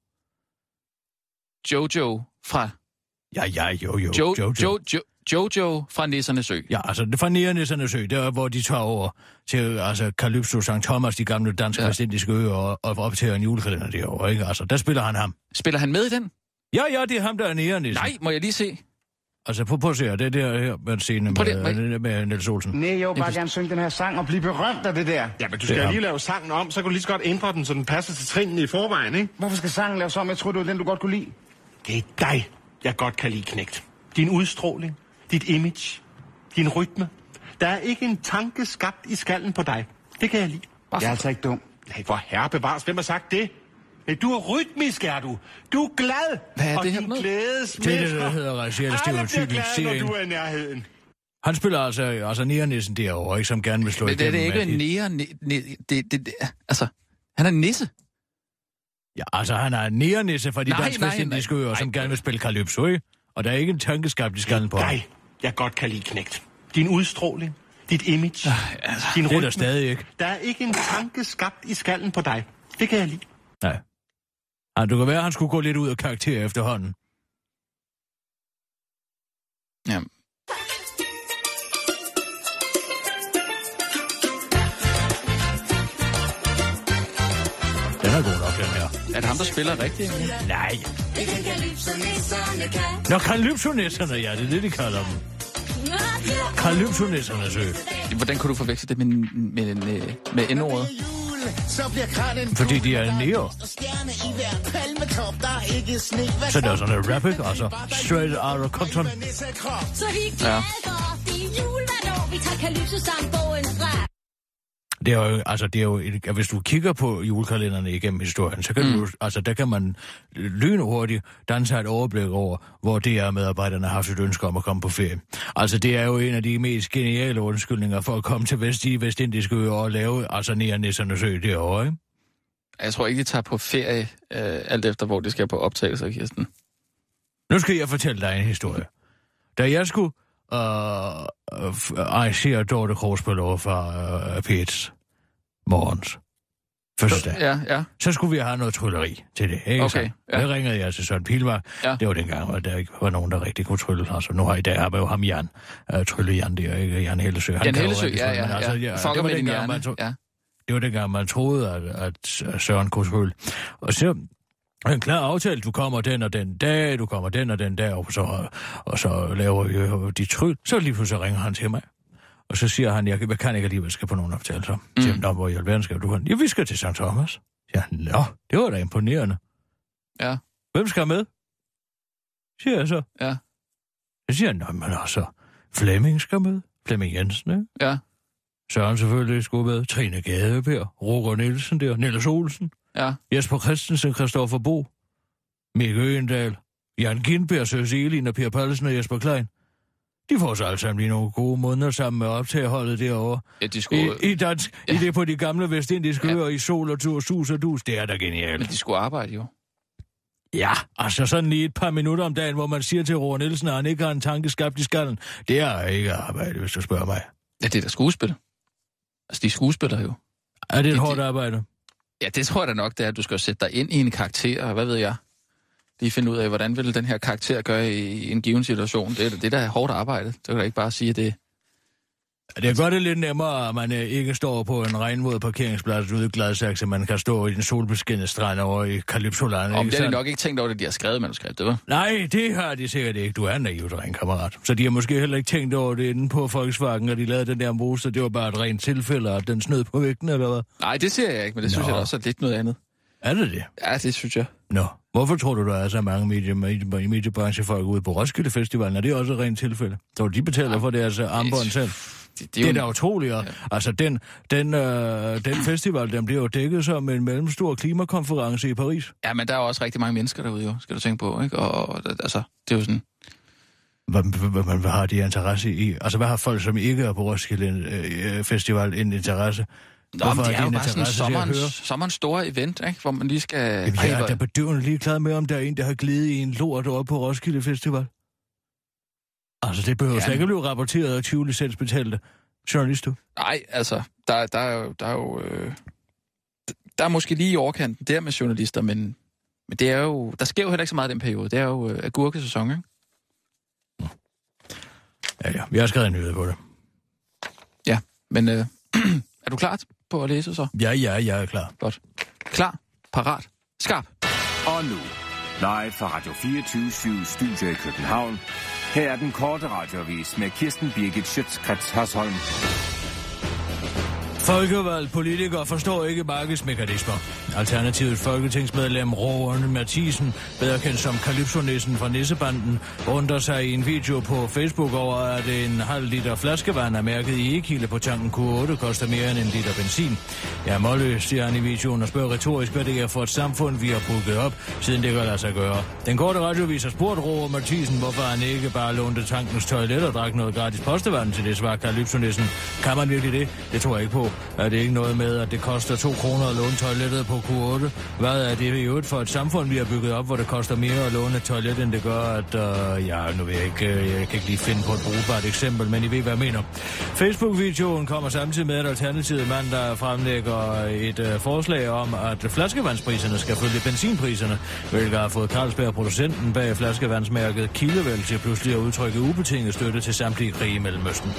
Jojo fra... Ja, ja, jo, jo. Jo, Jojo. Jo, jo, Jojo fra Nissernes Ø. Ja, altså det fra Nærnissernes Ø, der hvor de tager over til altså Calypso, Sankt Thomas, de gamle danske ja. vestindiske øer, og, og optager en julekalender derovre, ikke? Altså, der spiller han ham. Spiller han med i den? Ja, ja, det er ham, der er Nærnissen. Nej, må jeg lige se? Altså, prøv, prøv at se her. Det er der her med en scene med, det, med, med Niels Olsen. Nej, jeg vil bare gerne synge den her sang og blive berømt af det der. Ja, men du skal ja. lige lave sangen om, så kan du lige så godt ændre den, så den passer til trinene i forvejen, ikke? Hvorfor skal sangen laves om? Jeg tror, det er den, du godt kunne lide. Det er dig, jeg godt kan lide, knægt. Din udstråling, dit image, din rytme. Der er ikke en tanke skabt i skallen på dig. Det kan jeg lide. Jeg er altså ikke dum. Nej, for herre bevares. Hvem har sagt det? Du er rytmisk, er du. Du er glad. Hvad er og det her din med? glædes Det er det, der hedder racielle stereotypisk serie. Alle bliver glade, når du er i nærheden. Han spiller altså, altså Nærnissen derovre, ikke, som gerne vil slå men igennem. Men det er ikke Nære... Det, det, det, altså, han er nisse. Ja, altså han er en Nærnisse fra de dansk-vestindiske øer, som gerne vil spille Calypso, ikke? Og der er ikke en tankeskabt i skallen på ham. Nej, jeg godt kan lide, knægt. Din udstråling, dit image, øh, altså, din rytme. Det er der stadig ikke. Der er ikke en tanke skabt i skallen på dig. Det kan jeg lide. Nej. Ja, du kan være, at han skulle gå lidt ud af karakter efterhånden. Ja. Den er god nok, den her. Er det ham, der spiller rigtigt? Nej. Nå, Calypso-nisserne, ja, det er det, de kalder dem. Calypso-nisserne, sø. Hvordan kunne du forveksle det med, med, med, med N-ordet? Fordi de er nære. Så det er sådan en rap, ikke? Altså, straight out of Compton. Ja. Det er jo, altså, det er jo, hvis du kigger på julekalenderne igennem historien, så kan mm. du, altså, der kan man lynhurtigt danse et overblik over, hvor det er medarbejderne har haft et ønske om at komme på ferie. Altså, det er jo en af de mest geniale undskyldninger for at komme til Vest i Vestindiske øer og lave, altså, Nærnissernes ø derovre, ikke? Jeg tror ikke, de tager på ferie, øh, alt efter, hvor de skal på optagelser, Kirsten. Nu skal jeg fortælle dig en historie. Da jeg skulle øh, arrangere Dorte Krogsbøl over fra øh, P et's morgens fødselsdag, ja, ja. så skulle vi have noget trylleri til det, ikke? Okay, ja. Jeg ringede jeg til Søren Pilmark. Ja. Det var dengang, hvor der ikke var nogen, der rigtig kunne trylle. Altså, nu har i dag har jo ham Jan, uh, trylle Jan der, ikke? Jan Hellesø. Jan Hellesø, ja, ja, altså, ja. ja. Fucker med din hjerne, tro- ja. Det var dengang, man troede, at, at Søren kunne trylle. Og så en klar aftale, du kommer den og den dag, du kommer den og den dag, og så, og så laver vi jo de tryl. Så lige pludselig ringer han til mig. Og så siger han, jeg, jeg kan ikke alligevel skal på nogen optagelser. Mm. Siger, nå, hvor i alverden skal du hen? Ja, vi skal til Sankt Thomas. Ja, nå, det var da imponerende. Ja. Hvem skal med? Siger jeg så. Ja. Jeg siger, nå, men altså, Flemming skal med. Flemming Jensen, ikke? Ja. Søren selvfølgelig skulle med. Trine Gadeberg, Roger Nielsen der, Niels Olsen. Ja. Jesper Christensen, Christoffer Bo. Mikke Øgendal. Jan Gindberg, Søs Elin og Per Pallesen og Jesper Klein. De får så altså sammen lige nogle gode måneder sammen med optageholdet derovre. Ja, de skulle... I, i dansk, ja. I det på de gamle vestindiske øer, ja. I sol og tur, sus og dus. Det er da genialt. Men de skulle arbejde jo. Ja, altså sådan lige et par minutter om dagen, hvor man siger til Roger Nielsen, at han ikke har en tanke skabt i skallen. Det er ikke arbejde, hvis du spørger mig. Ja, det er da skuespil. Altså, de er skuespillere jo. Er det et de, hårdt arbejde? Ja, det tror jeg da nok, det er, at du skal sætte dig ind i en karakter, og hvad ved jeg. Lige finde ud af, hvordan vil den her karakter gøre i en given situation. Det er det, der er hårdt arbejde. Det kan da ikke bare sige, at det... Det er godt det lidt nemmere, at man ikke står på en regnvåd parkeringsplads ude i Gladsaxe, man kan stå i den solbeskinnede strand over i Calypso-landet. Om det har de nok ikke tænkt over det, de har skrevet manuskriptet, hva'? Nej, det har de sikkert ikke. Du er en naiv drengkammerat. Så de har måske heller ikke tænkt over det inde på Volkswagen, og de lavede den der moster. Det var bare et rent tilfælde, at den snød på vægten, eller hvad? Nej, det ser jeg ikke, men det Nå. synes jeg også er lidt noget andet. Er det det? Ja, det synes jeg. Nå, hvorfor tror du, der er så mange medie, medie, mediebranchefolk ude på Roskilde Festivalen? Er det også et rent tilfælde? Så de betaler ja, for deres armbånd selv. Det, det, det er da utroligt. Ja. Altså, den, den, øh, den festival, den bliver jo dækket som en mellemstor klimakonference i Paris. Ja, men der er jo også rigtig mange mennesker derude, jo, skal du tænke på, ikke? Og, og altså, det er jo sådan... Hvad, hvad, hvad har de interesse i? Altså, hvad har folk, som ikke er på Roskilde øh, Festival, en interesse? Nå, men det er jo bare sådan sommerens, sommerens store event, ikke? Hvor man lige skal... Jamen, jeg er da bedøvende lige klar med, om der er en, der har glidet i en lort over på Roskilde Festival. Altså, det behøver slet ikke blive rapporteret af tyve licensbetalte journalister. Nej, altså, der, der er jo... Der er, jo øh, der er måske lige i overkanten der med journalister, men, men det er jo... Der sker jo heller ikke så meget i den periode. Det er jo øh, agurkesæson, ikke? Ja, ja. Jeg har skrevet en nyhed på det. Ja, men øh, er du klar på at læse så? Ja, ja, jeg er klar. Godt. Klar, parat, skarp. Og nu, live fra Radio fireogtyve syv Studio i København. Her er den korte radioavis med Kirsten Birgit Schøtz-Krets Hørsholm. Folkevalgt politikere forstår ikke markedsmekanismer. Alternativets folketingsmedlem Rowan Mathisen, bedre kendt som Calypso-nissen fra Nissebanden, undrer sig i en video på Facebook over, at en halv liter flaskevand er mærket i Ekilde på tanken Q otte koster mere end en liter benzin. Jeg er målløs, siger han i videoen og spørger retorisk, hvad det er for et samfund, vi har bygget op, siden det kan lade sig gøre. Den korte radiovis har spurgt Rowan Mathisen, hvorfor han ikke bare lånte tankens toilet og drak noget gratis postevand til det, svar Calypso-nissen. Kan man virkelig det? Det tror jeg ikke på. Er det ikke noget med, at det koster to kroner at låne toilettet på Q otte? Hvad er det i øvrigt for et samfund, vi har bygget op, hvor det koster mere at låne et toilet, end det gør, at... Øh, ja, nu vil jeg ikke... Jeg kan ikke lige finde på et brugbart eksempel, men I ved, hvad jeg mener. Facebook-videoen kommer samtidig med, at Alternativet mandag fremlægger et øh, forslag om, at flaskevandspriserne skal følge benzinpriserne, hvilket har fået Carlsberg, producenten bag flaskevandsmærket Kildevæld, til pludselig at udtrykke ubetinget støtte til samtlige krige i Mellemøsten.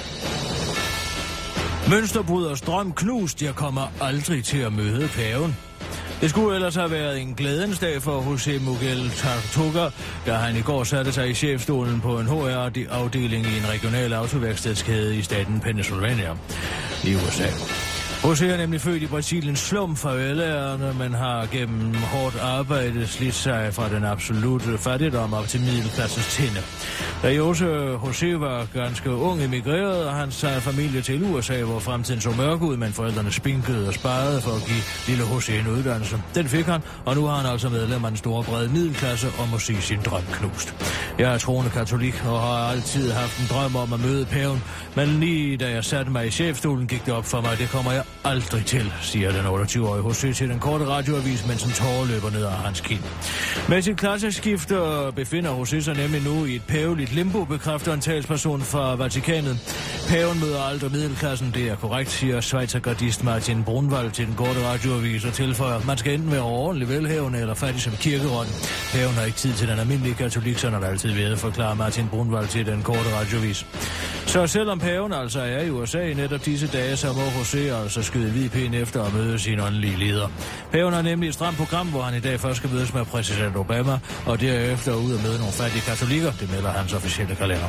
Mønsterbryders drøm knust, jeg kommer aldrig til at møde paven. Det skulle ellers have været en glædens dag for José Miguel Tortuga, da han i går satte sig i chefstolen på en H R-afdeling i en regional autoværkstedskæde i staten Pennsylvania i U S A. José er nemlig født i Brasiliens slum favelærerne, men har gennem hårdt arbejde slidt sig fra den absolute fattigdom op til middelklassens tinde. Da José var ganske ung, emigrerede og hans familie til U S A, hvor fremtiden så mørk ud, men forældrene spinkede og sparede for at give lille José en uddannelse. Den fik han, og nu har han altså medlem af den store brede middelklasse og må sige sin drøm knust. Jeg er troende katolik og har altid haft en drøm om at møde paven, men lige da jeg satte mig i chefstolen, gik det op for mig, det kommer jeg aldrig til, siger den otteogtyve-årige José til den korte radioavis, mens en tårer løber ned ad hans kind. Med sit klasseskift befinder José sig nemlig nu i et paveligt limbo, bekræfter en talsperson fra Vatikanet. Paven møder aldrig middelklassen, det er korrekt, siger schweizergardist Martin Brunwald til den korte radioavis og tilføjer, man skal enten være overordentlig velhavende eller fattig som kirkerotten. Paven har ikke tid til den almindelige katolik, sådan har der altid været, forklarer Martin Brunwald til den korte radioavis. Så selvom paven altså er i U S A i netop disse dage, så må José altså skyde hvid pind efter at møde sin åndelige leder. Paven har nemlig et stramt program, hvor han i dag først skal mødes med præsident Obama, og derefter ud og møde nogle fattige katolikker, det melder hans officielle kalender.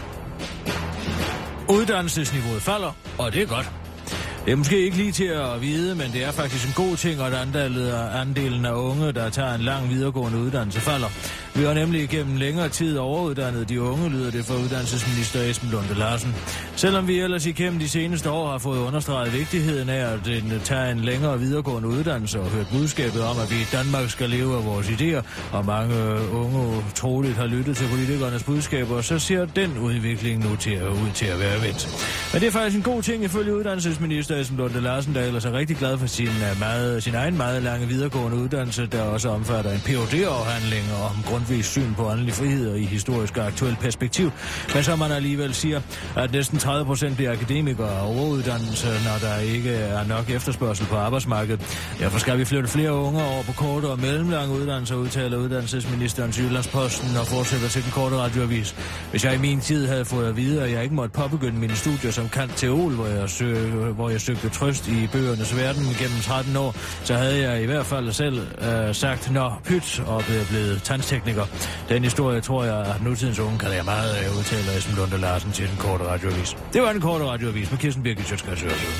Uddannelsesniveauet falder, og det er godt. Det er måske ikke lige til at vide, men det er faktisk en god ting, at andelen af unge, der tager en lang videregående uddannelse, falder. Vi har nemlig igennem længere tid overuddannet de unge, lyder det for uddannelsesminister Esben Lunde Larsen. Selvom vi ellers igennem de seneste år har fået understreget vigtigheden af at tage en længere videregående uddannelse og hørt budskabet om, at vi i Danmark skal leve af vores idéer, og mange unge troligt har lyttet til politikernes budskaber, så ser den udvikling nu til at, ud til at være vendt. Men det er faktisk en god ting ifølge uddannelsesminister Esben Lunde Larsen, der ellers er rigtig glad for sin, meget, sin egen meget lange videregående uddannelse, der også omfatter en P H D-afhandling om Grundtvigs syn på åndelig frihed og i historisk og aktuelt perspektiv. Men så man alligevel siger, at næsten tredive procent bliver akademikere og overuddannelse, når der ikke er nok efterspørgsel på arbejdsmarkedet. Derfor skal vi flytte flere unge over på korte og mellemlange uddannelser, udtaler uddannelsesministeren til Jyllandsposten og fortsætter til den korte radioavis. Hvis jeg i min tid havde fået at vide, at jeg ikke måtte påbegynde mine studier som kant-teol, hvor jeg, søg, hvor jeg søgte trøst i bøgernes verden gennem tretten år, så havde jeg i hvert fald selv øh, sagt, nå, pyt, og blevet, blevet tandstekniker. Den historie tror jeg, at nutidens unge kan lære meget af, udtaler Esben Lunde Larsen til den korte radioavis. Det var den korte radioavis med Kirsten Birgit Schøtz-Krets Hørsholm.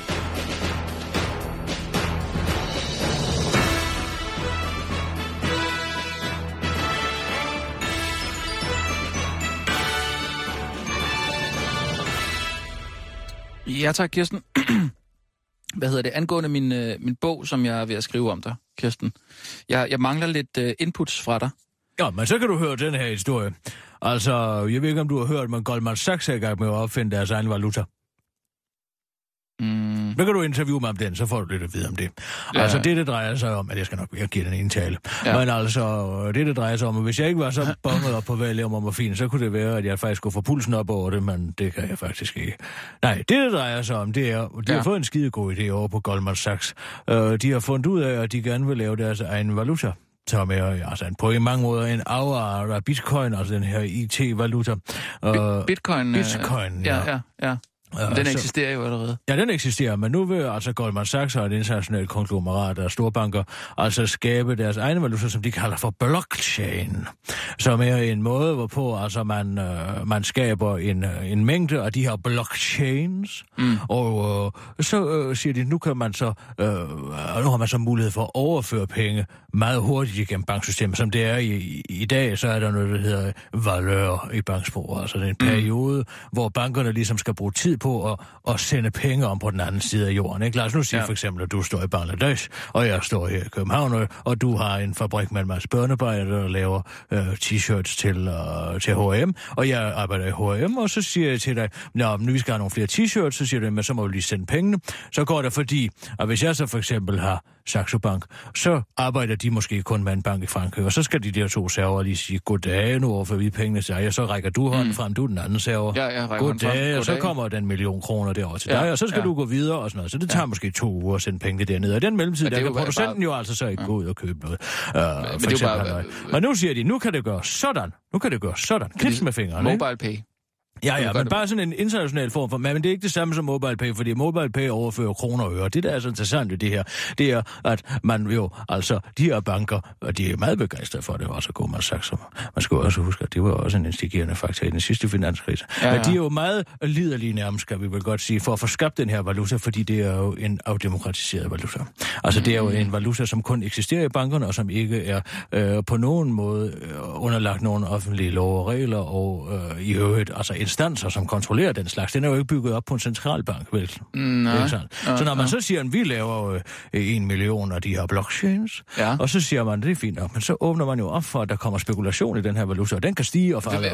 Ja tak, Kirsten. Hvad hedder det? Angående min, øh, min bog, som jeg er ved at skrive om dig, Kirsten. Jeg, jeg mangler lidt øh, inputs fra dig. Ja, men så kan du høre den her historie. Altså, jeg ved ikke, om du har hørt, men Goldman Sachs er i gang med at opfinde deres egen valuta. Mm. Så kan du interviewe mig om den, så får du lidt at vide om det. Ja. Altså, det, det drejer sig om, at jeg skal nok jeg giver den ene tale. Ja. Men altså, det, det drejer sig om, at hvis jeg ikke var så bonget op på valium og morfin, så kunne det være, at jeg faktisk skulle få pulsen op over det, men det kan jeg faktisk ikke. Nej, det, det drejer sig om, det er, de ja. har fået en skidegod idé over på Goldman Sachs. Uh, de har fundet ud af, at de gerne vil lave deres egen valuta. Som er altså, på en mange måder en afart af bitcoin, altså den her I T-valuta. Uh, Bitcoin? Bitcoin, ja. ja, ja, ja. Men den eksisterer jo allerede. Ja, den eksisterer, men nu vil altså Goldman Sachs og et internationalt konglomerat af storbanker altså skabe deres egne valuta, som de kalder for blockchain, som er en måde, hvorpå altså man, øh, man skaber en, en mængde af de her blockchains, mm. og øh, så øh, siger de, nu kan man så, øh, nu har man så mulighed for at overføre penge meget hurtigt igennem banksystemet, som det er i, i, i dag, så er der noget, der hedder valør i banksprog, altså det er en periode, mm. hvor bankerne ligesom skal bruge tid på at, at sende penge om på den anden side af jorden. Ikke? Lad os nu sige ja. for eksempel, at du står i Bangladesh, og jeg står her i København, og, og du har en fabrik med en masse børnebejder, der laver øh, t-shirts til, øh, til H og M, og jeg arbejder i H og M, og så siger jeg til dig, nå, nu vi skal have nogle flere t-shirts, så siger du, men så må du lige sende pengene. Så går det fordi, at hvis jeg så for eksempel har Saxo Bank, så arbejder de måske kun med en bank i Frankrig, og så skal de der to server lige sige, goddag, nu overfører vi pengene til dig, og så rækker du hånden mm. frem, du den anden server. Ja, jeg rækker hånden frem. Goddag, og så kommer den million kroner derover til ja, dig, og så skal ja. du gå videre og sådan noget. Så det tager ja. måske to uger at sende penge dernede. Og den mellemtid, der kan producenten bare... jo altså så ikke ja. gå ud og købe noget. Uh, men, for det bare... noget. Men nu siger de, nu kan det gøre sådan. Nu kan det gøre sådan. Knips med fingrene. Mobile pay. Ja, ja, men bare sådan en international form for... Men det er ikke det samme som MobilePay, fordi MobilePay overfører kroner og øre. Det, der er så interessant ved det her, det er, at man jo... Altså, de her banker, og de er meget begejstrede for det, også Goldman Sachs. Man skal også huske, at det var også en instigerende faktor i den sidste finanskrise. Ja, ja. Men de er jo meget liderlige nærmest, skal vi vel godt sige, for at få skabt den her valuta, fordi det er jo en afdemokratiseret valuta. Altså, det er jo en valuta, som kun eksisterer i bankerne, og som ikke er øh, på nogen måde øh, underlagt nogen offentlige lov og regler, og øh, i øvrigt, altså instanser, som kontrollerer den slags. Den er jo ikke bygget op på en centralbank, vel? Nej. Det er sådan. Så når man så siger, at vi laver øh, en million af de her blockchains, ja. og så siger man, det er fint nok, men så åbner man jo op for, at der kommer spekulation i den her valuta, og den kan stige og falde.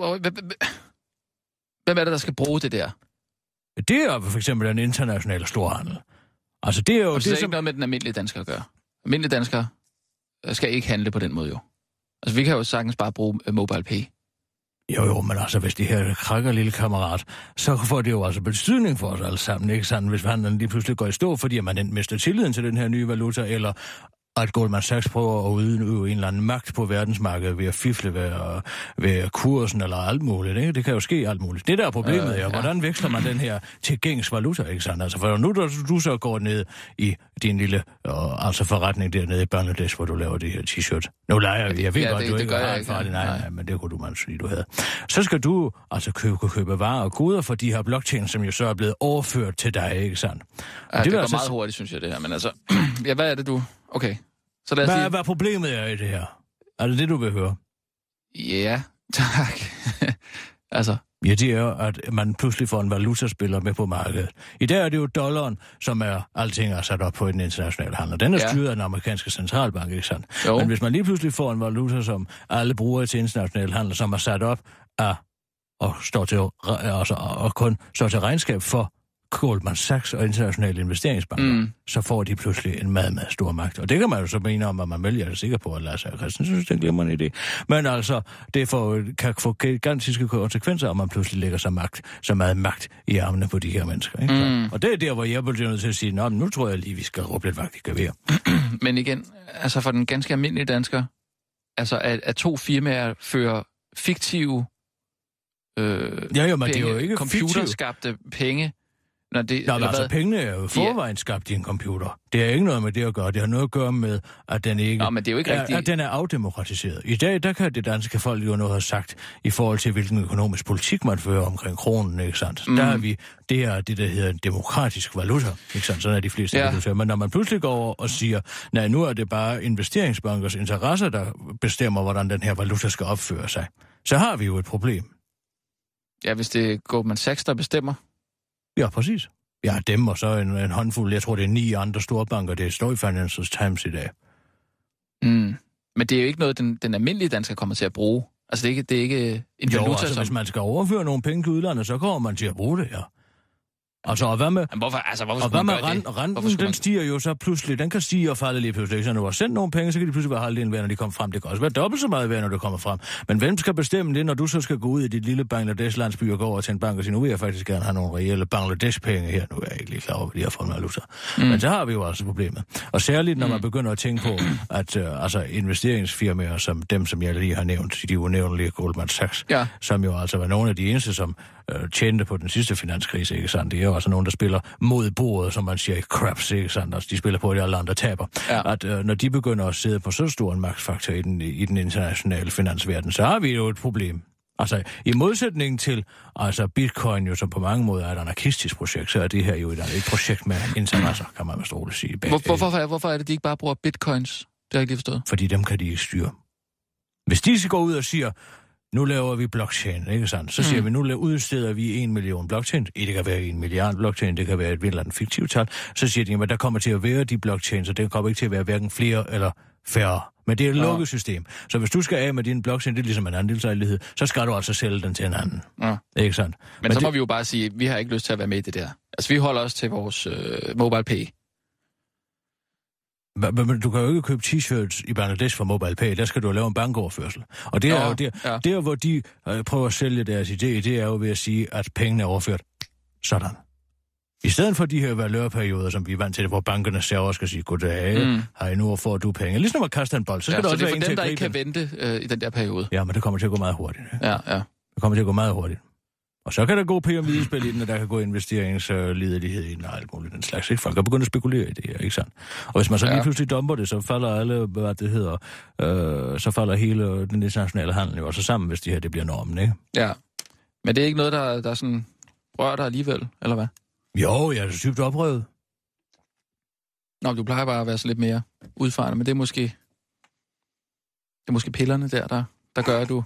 Hvem er det, der skal bruge det der? Det er for eksempel den internationale storhandel. Altså, det er jo... Og det, er som... ikke noget med den almindelige dansker at gøre. Almindelige danskere skal ikke handle på den måde, jo. Altså, vi kan jo sagtens bare bruge MobilePay. Jo, jo, men altså, hvis de her krakker lille kammerat, så får det jo altså betydning for os alle sammen, ikke sådan, hvis han lige pludselig går i stå, fordi man enten mister tilliden til den her nye valuta, eller at Goldman Sachs prøver at udøve en eller anden magt på verdensmarkedet ved at fifle ved, ved kursen eller alt muligt, ikke? Det kan jo ske alt muligt. Det der er problemet, øh, ja. Hvordan veksler man den her tilgængs valuta, ikke sandt? Altså, for nu, da du så går ned i din lille øh, altså forretning dernede i Bangladesh, hvor du laver det her t-shirt. Nu leger vi, jeg ved ja, godt, det, du det ikke har en nej, nej, nej, men det kunne du man sige, du havde. Så skal du altså købe, købe varer og goder for de her blockchain, som jo så er blevet overført til dig, ikke sandt? Ja, det, det går altså... meget hurtigt, synes jeg, det her, men altså, ja, hvad er det, du... Okay. Så lad os hvad, sige... hvad problemet er i det her? Er det det, du vil høre? Ja, tak. altså... Ja, det er at man pludselig får en valutaspiller med på markedet. I dag er det jo dollaren, som er alting er sat op på den internationale handel. Den er ja. styret af den amerikanske centralbank, ikke sandt? Jo. Men hvis man lige pludselig får en valuta, som alle bruger til international handel, som er sat op af og, står til, altså, og kun står til regnskab for Goldman Sachs og internationale investeringsbanker, mm. så får de pludselig en meget, meget stor magt. Og det kan man jo så mene om, at man vælger det sikker på, at Lars Christensen synes, det glemmer en idé. Men altså, det får, kan få gigantiske konsekvenser, om man pludselig lægger sig magt, så meget magt i armene på de her mennesker. Ikke? Mm. Og det er der, hvor jeg bliver nødt til at sige, nå, nu tror jeg lige, vi skal råbe lidt vagt i gevær. Men igen, altså for den ganske almindelige dansker, altså at, at to firmaer fører fiktive øh, ja, jo, men penge, det er jo ikke computerskabte fiktiv. penge. Nå, det, Nå, altså, pengene er jo forvejen skabt i en computer. Det er ikke noget med det at gøre. Det har noget at gøre med, at den ikke, Nå, men det er jo ikke er, rigtigt. At den er afdemokratiseret. I dag, der kan det danske folk jo noget have sagt i forhold til, hvilken økonomisk politik man fører omkring kronen, ikke sandt? Mm. Der har vi, det er det, der hedder en demokratisk valuta, ikke sandt? Sådan er de fleste ja. valutaer. Men når man pludselig går over og siger, nej, nu er det bare investeringsbankers interesser, der bestemmer, hvordan den her valuta skal opføre sig, så har vi jo et problem. Ja, hvis det er Goldman Sachs, der bestemmer. Ja, præcis. Ja, dem og så en, en håndfuld, jeg tror det er ni andre store banker, det står i Financial Times i dag. Mm. Men det er jo ikke noget, den, den almindelige dansker kommer til at bruge. Altså det er ikke, det er ikke en jo, valuta, altså, som... hvis man skal overføre nogle penge til udlandet, så kommer man til at bruge det, ja. Altså, og hvad med, Men hvorfor, altså, hvorfor og hvad med gøre rent, det? renten, den den stiger jo så pludselig, den kan stige og falde lige pludselig. Så når du har sendt nogle penge, så kan de pludselig være halvdelen værd, når de kommer frem. Det kan også være dobbelt så meget værd, når det kommer frem. Men hvem skal bestemme det, når du så skal gå ud i dit lille Bangladesh-landsby og gå over til en bank og sige, nu vil jeg faktisk gerne have nogle reelle Bangladesh-penge her. Nu er jeg ikke lige klar over, hvad de har fået med valuta. Mm. Men så har vi jo altså problemet. Og særligt, når man mm. begynder at tænke på, at uh, altså investeringsfirmaer som dem, som jeg lige har nævnt, de unævnlige Goldman Sachs, ja. som jo altså var nogle af de eneste, som uh, tjente på den sidste finanskrise, ikke sandt? Det er jo altså nogen, der spiller mod bordet, som man siger i craps, ikke sandt? Altså, de spiller på, at alle andre taber. Ja. At uh, når de begynder at sidde på så stor en magtfaktor i den, i den internationale finansverden, så har vi jo et problem. Altså, i modsætning til altså Bitcoin, jo, som på mange måder er et anarkistisk projekt, så er det her jo et, et projekt med interesser, kan man vist roligt sige. Hvor, hvorfor, hvorfor er det, de ikke bare bruger bitcoins? Det har jeg ikke lige forstået. Fordi dem kan de ikke styre. Hvis de går ud og siger, nu laver vi blockchain, ikke sandt? Så siger mm. vi, nu udsteder vi en million blockchain. Det kan være en milliard blockchain, det kan være et eller andet fiktivt tal. Så siger de, at der kommer til at være de blockchains, og det kommer ikke til at være hverken flere eller færre. Men det er et ja. lukket system. Så hvis du skal af med din blockchain, det er ligesom en andelslejlighed, så skal du altså sælge den til en anden. Ja. Ikke sandt? Men, Men så det... må vi jo bare sige, at vi har ikke lyst til at være med i det der. Altså, vi holder os til vores øh, MobilePay. Men du kan jo ikke købe t-shirts i Bangladesh for MobilePay, der skal du lave en bankoverførsel. Og det er ja, jo der, ja. der, hvor de øh, prøver at sælge deres idé, det er jo ved at sige, at pengene er overført sådan. I stedet for de her valørperioder, som vi er vant til, hvor bankerne server skal sige, goddag, mm. hej, nu får du penge. Ligesom når man kaster en bold, så skal ja, der så også være en til at gribe. Så det er for dem, der ikke kan vente øh, i den der periode. Ja, men det kommer til at gå meget hurtigt. Ja, ja. Det kommer til at gå meget hurtigt. Og så kan der gå pyramidespil i den, og der kan gå investeringslidelighed i den og alt muligt den slags. Ikke? Folk kan begynde at spekulere i det her, ikke sandt? Og hvis man så lige ja. pludselig dumper det, så falder alle, hvad det hedder, øh, så falder hele den internationale handel jo også sammen, hvis det her det bliver normen, ikke? Ja. Men det er ikke noget, der, der sådan rører dig alligevel, eller hvad? Jo, jeg er så dybt oprøvet. Nå, du plejer bare at være så lidt mere udfarende, men det er måske, det er måske pillerne der, der, der gør, at du...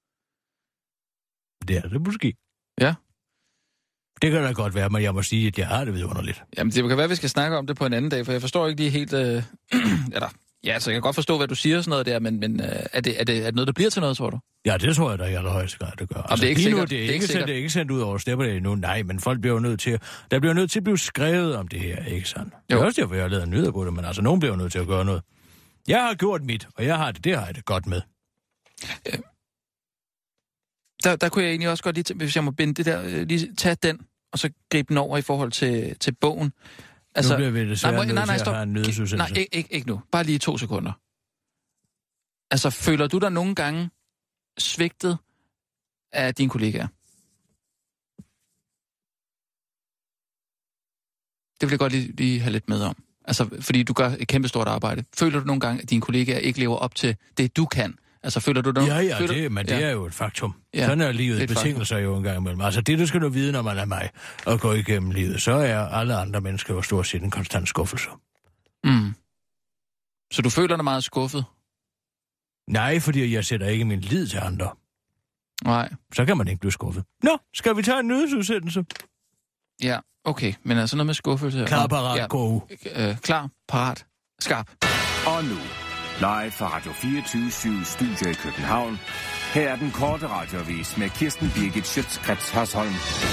Det er det måske. Ja. Det kan da godt være, men jeg må sige, at jeg har det vidunderligt. Jamen, det kan være, at vi skal snakke om det på en anden dag, for jeg forstår ikke lige helt... Øh... Eller, ja, så jeg kan godt forstå, hvad du siger og sådan noget der, men, men øh, er, det, er, det, er det noget, der bliver til noget, tror du? Ja, det tror jeg da i allerhøjeste grad, det gør. Altså, det er ikke sikkert. Nu, det er, det er ikke, ikke sendt, det er ikke sendt ud over stepper det endnu, nej, men folk bliver jo nødt til... Der bliver nødt til at blive skrevet om det her, ikke sandt? Det er også derfor, jeg har lavet en nyhed på det, men altså, nogen bliver nødt til at gøre noget. Jeg har gjort mit, og jeg har det, det har jeg det godt med. Ja. Der, der kunne jeg egentlig også godt lige, hvis jeg må binde det der, lige tage den, og så gribe den over i forhold til, til bogen. Altså, nu bliver vi desværre nej, nej, nej, nødt til at have en nyhedsudsendelse. Nej, ikke, ikke, ikke nu. Bare lige to sekunder. Altså, føler du dig nogle gange svigtet af dine kollegaer? Det vil jeg godt lige, lige have lidt med om. Altså, fordi du gør et kæmpestort arbejde. Føler du nogle gange, at dine kollegaer ikke lever op til det, du kan? Altså, føler du det? Ja, ja, føler... det, men det ja. er jo et faktum. Ja, sådan er livet betingelser jo en gang imellem. Altså, det, du skal du vide, når man er mig og går igennem livet, så er alle andre mennesker jo stort set en konstant skuffelse. Mm. Så du føler dig meget skuffet? Nej, fordi jeg sætter ikke min lid til andre. Nej. Så kan man ikke blive skuffet. Nå, skal vi tage en nyhedsudsendelse? Ja, okay. Men altså noget med skuffelse... Klar, parat, ja. Go. Øh, klar, parat, skarp. Og nu, live fra Radio fireogtyve syv Studio i København. Her er den korte radioavis med Kirsten Birgit Schøtz-Krets Hørsholm.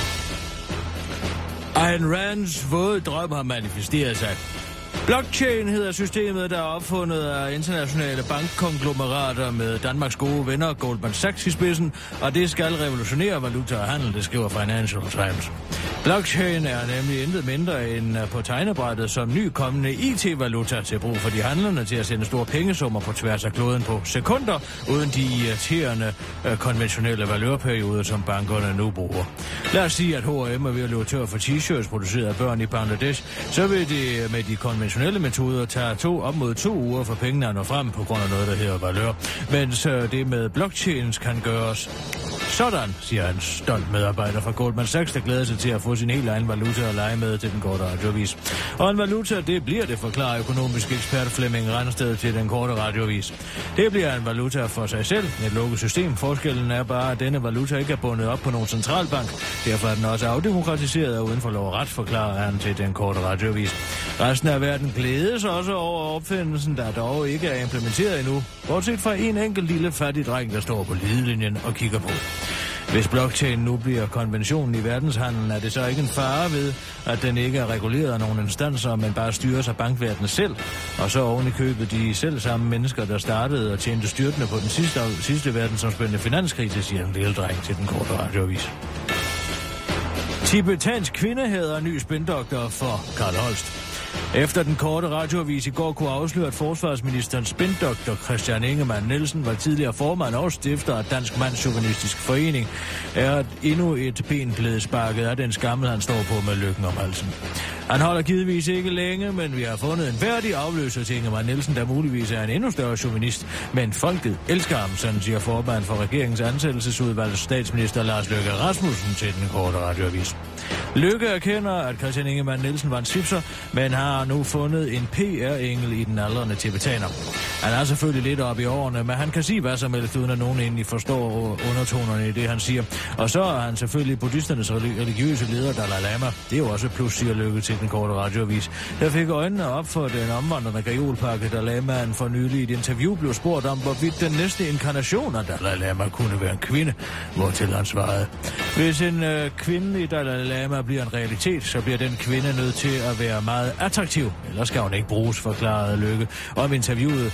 Ayn Rands våde drøm har manifesteret sig. Blockchain hedder systemet, der er opfundet af internationale bankkonglomerater med Danmarks gode venner Goldman Sachs i spidsen, og det skal revolutionere valuta og handel, det skriver Financial Times. Blockchain er nemlig intet mindre end på tegnebrættet som nykommende I T-valuta til brug for de handlende til at sende store pengesummer på tværs af kloden på sekunder, uden de irriterende øh, konventionelle valørperioder, som bankerne nu bruger. Lad os sige, at H og M er ved at løbe tør for t-shirts produceret af børn i Bangladesh, så vil det med de konventionelle metoder tage to op mod to uger for pengene at nå frem på grund af noget, der hedder valør, mens det med blockchains kan gøres sådan, siger en stolt medarbejder fra Goldman Sachs, der glæder sig til at få sin helt egen valuta og lege med til den korte radioavis. Og en valuta, det bliver det, forklarer økonomisk ekspert Flemming Rensted til den korte radioavis. Det bliver en valuta for sig selv, et lukket system. Forskellen er bare, at denne valuta ikke er bundet op på nogen centralbank. Derfor er den også afdemokratiseret og uden for lov og ret, forklarer han til den korte radioavis. Resten af verden glædes også over opfindelsen, der dog ikke er implementeret endnu, bortset fra en enkelt lille fattig dreng, der står på lidelinjen og kigger på. Hvis blockchain nu bliver konventionen i verdenshandlen, er det så ikke en fare ved, at den ikke er reguleret af nogle instanser, men bare styres af bankverdenen selv, og så oven i købet de selv samme mennesker, der startede og tjente styrtende på den sidste, sidste verdensomspændende finanskrise, siger en lille dreng til den korte radioavis. Tibetansk kvinde hedder ny spindoktor for Karl Holst. Efter den korte radioavis i går kunne afsløre, at forsvarsministerens spindoktor Christian Ingemann Nielsen var tidligere formand og stifter af Dansk Mandsjuvenistisk Forening, er endnu et ben blevet sparket af den skammel, han står på med lykken om halsen. Han holder givetvis ikke længe, men vi har fundet en værdig afløser til Ingemann Nielsen, der muligvis er en endnu større chauvinist. Men folket elsker ham, sådan siger formand for regeringens ansættelsesudvalg, statsminister Lars Løkke Rasmussen til den korte radioavis. Løkke erkender, at Christian Ingemann Nielsen var en svipser, men har nu fundet en P R-engel i den aldrende tibetaner. Han er selvfølgelig lidt oppe i årene, men han kan sige hvad som helst, uden at nogen egentlig forstår undertonerne i det, han siger. Og så er han selvfølgelig buddhisternes religiøse leder, Dalai Lama. Det er jo også plus, siger Løkke til den korte radioavis. Der fik øjnene op for den omvandrende gajolpakke, da Lamaen for nylig i et interview blev spurgt om, hvorvidt den næste inkarnation af Dalai Lama kunne være en kvinde, hvortil han svarede: Hvis en øh, kvinde i Dalai Lama bliver en realitet, så bliver den kvinde nødt til at være meget attraktiv. Ellers skal hun ikke bruges, forklarede Løkke om interviewet,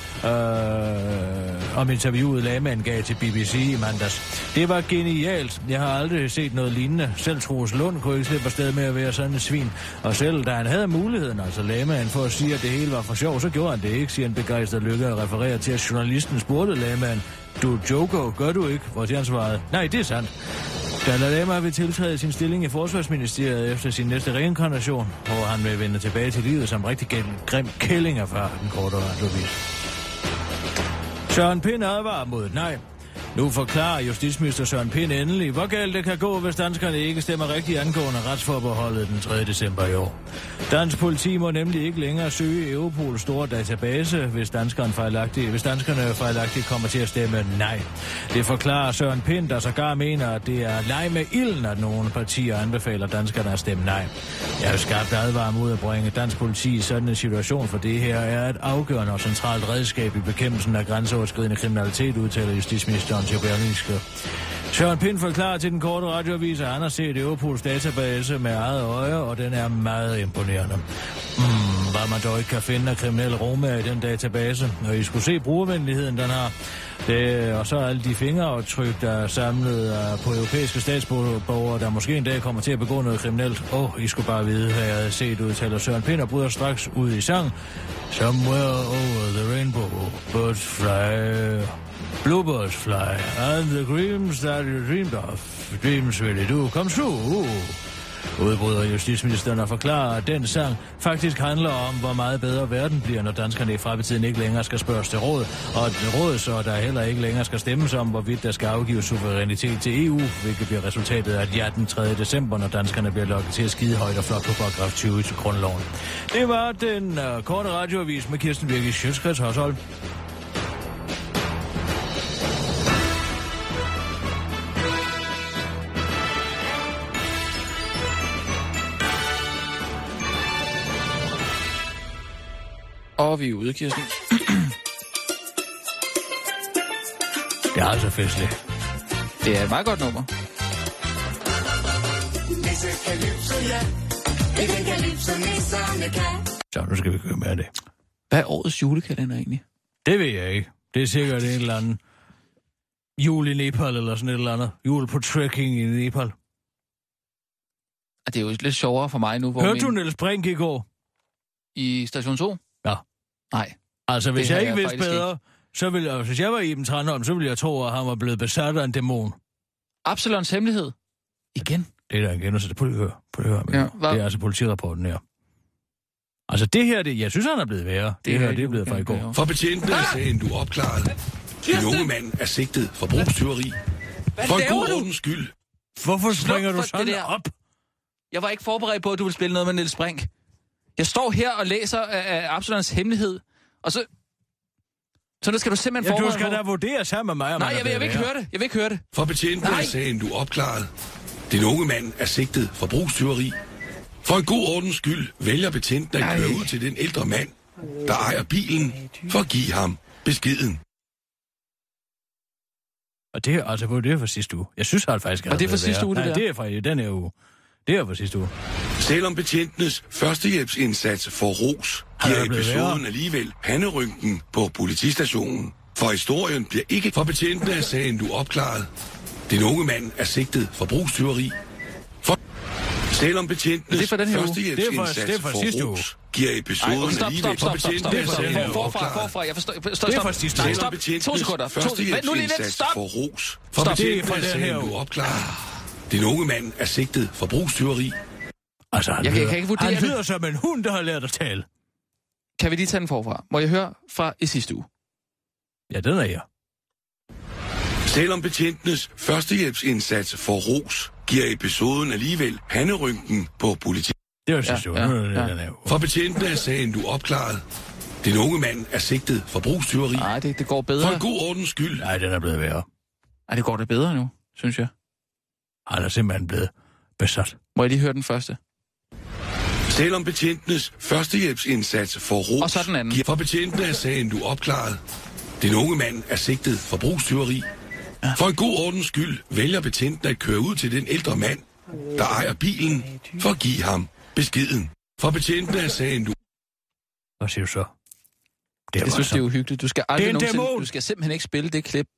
øh, om interviewet Lamaen gav til B B C i mandags. Det var genialt. Jeg har aldrig set noget lignende. Selv Troels Lund kunne ikke slippe afsted med at være sådan en svin. Og selv da han havde muligheden, altså Lamaen, for at sige, at det hele var for sjov, så gjorde han det ikke, siger en begejstret Løkke og refererer til, at journalisten spurgte Lamaen: Du joker, gør du ikke? Hvor han svarede: Nej, det er sandt. Dalai Lama vil tiltræde sin stilling i Forsvarsministeriet efter sin næste reinkarnation, hvor han vil vende tilbage til livet som rigtig grim kælling af far, den korte radioavis. Søren Pind advarer mod et nej. Nu forklarer justitsminister Søren Pind endelig, hvor galt det kan gå, hvis danskerne ikke stemmer rigtigt angående retsforbeholdet den tredje december i år. Dansk politi må nemlig ikke længere søge Europols store database, hvis danskerne fejlagtigt, hvis danskerne fejlagtigt kommer til at stemme nej. Det forklarer Søren Pind, der sågar mener, at det er leg med ilden, at nogle partier anbefaler danskerne at stemme nej. Jeg har skarpt advaret mod at bringe dansk politi i sådan en situation, for det her er et afgørende og centralt redskab i bekæmpelsen af grænseoverskridende kriminalitet, udtaler justitsministeren til Berlingske. Søren Pind forklarer til den korte radioavis, at han har set Europols database med eget øje, og den er meget imponerende. Mm, hvad man dog ikke kan finde af kriminelle romaer i den database. Og I skulle se brugervenligheden, den har. Det, og så alle de fingeraftryk, der er samlet på europæiske statsborgere, der måske en dag kommer til at begå noget kriminelt. Åh, oh, I skulle bare vide, hvad jeg havde set, udtaler Søren Pind og bryder straks ud i sang. Somewhere over the rainbow, birds fly... Bluebirds fly, and the dreams that you dreamed of, dreams really do come true. Udbryder justitsministeren og forklarer, at den sang faktisk handler om, hvor meget bedre verden bliver, når danskerne i fremtiden ikke længere skal spørges til råd, og et råd så der heller ikke længere skal stemmes om, hvorvidt der skal afgives suverænitet til E U, hvilket bliver resultatet af ja den tredje december, når danskerne bliver lokket til at skide højt og flot på paragraf tyve til grundloven. Det var den uh, korte radioavis med Kirsten Birgit Schøtz-Krets Hørsholm. Og vi er ude, Kirsten. Det er altså festligt. Det er et meget godt nummer. Så nu skal vi køre med det. Hvad er årets julekalender egentlig? Det ved jeg ikke. Det er sikkert en eller anden jul i Nepal eller sådan et eller andet. Jul på trekking i Nepal. Det er jo lidt sjovere for mig nu, hvor hørte min... du Niels Brink i går? I station to? Ja. Nej. Altså, hvis jeg ikke vidste bedre, ikke. så ville jeg, hvis jeg var Iben Tranholm, så ville jeg tro, at han var blevet besat af en dæmon. Absalons hemmelighed? Igen? Det er da en genudsæt. Prøv at høre. Prøv at høre. Ja, det er altså politirapporten her. Altså, det her, det, jeg synes, han er blevet værre. Det, det her, det er blevet fra i går. For betjentene er sagen, du opklaret. Den unge mand er sigtet for brugstyveri. For en god ordens skyld. Hvorfor springer du sådan op? Jeg var ikke forberedt på, at du ville spille noget med Niels Brink. Jeg står her og læser af uh, Absalons hemmelighed, og så... Så nu skal du simpelthen ja, forberede du skal da vurdere sammen med mig, om Nej, jeg vil, jeg vil ikke høre det. Jeg vil ikke høre det. For betjentene er sagen, du opklaret. Den unge mand er sigtet for brugstyveri. For en god ordens skyld vælger betjenten at køre ud til den ældre mand, der ejer bilen, for at give ham beskeden. Og det er altså på det er for sidste uge. Jeg synes altså faktisk, at Og det er for sidste uge, det Nej, der? det er fra den her uge. Det er for sidste uge. Selvom betjentenes førstehjælpsindsats får ros, giver episoden alligevel panderynken på politistationen. For historien bliver ikke for betjentene af sagen, du opklaret. Den unge mand er sigtet for brugstyveri. For selvom betjentenes førstehjælpsindsats får ros, giver episoden alligevel for betjentene af sagen, du opklaret. Forfra, jeg forstår. Stop, Det er for sidste uge. stop. To sekunder. Førstehjælpsindsats får ros. For betjentene af sagen, du opklaret. Den unge mand er sigtet for brugstyveri. Altså, han, Jeg kan- lyder, jeg kan ikke vurdere han det. lyder som en hund, der har lært at tale. Kan vi lige tage den forfra? Må jeg høre fra i sidste uge? Ja, den er jeg. Selvom betjentenes førstehjælpsindsats får ros, giver episoden alligevel panderynken på politi. Det var sidste uge. Ja, Nu er det ja. den her uge. For betjentene af sagen, du opklaret. Den unge mand er sigtet for brugstyveri. Nej, det, det går For bedre. en god ordens skyld. Nej, den er blevet værre. Nej, det går da bedre nu, synes jeg. Han er simpelthen blevet besat. Må jeg lige høre den første? Selvom betjentenes førstehjælpsindsats får ros, Og så den anden. giver for betjentene af sagen, du opklaret. Den unge mand er sigtet for brugstyveri. Ja. For en god ordens skyld vælger betjenten at køre ud til den ældre mand, der ejer bilen, for at give ham beskeden. For betjentene af sagen, du... Hvad siger du så? Det jeg synes, så. det er uhyggeligt. Du skal Det er aldrig en nogensinde, dæmon. du skal simpelthen ikke spille det klip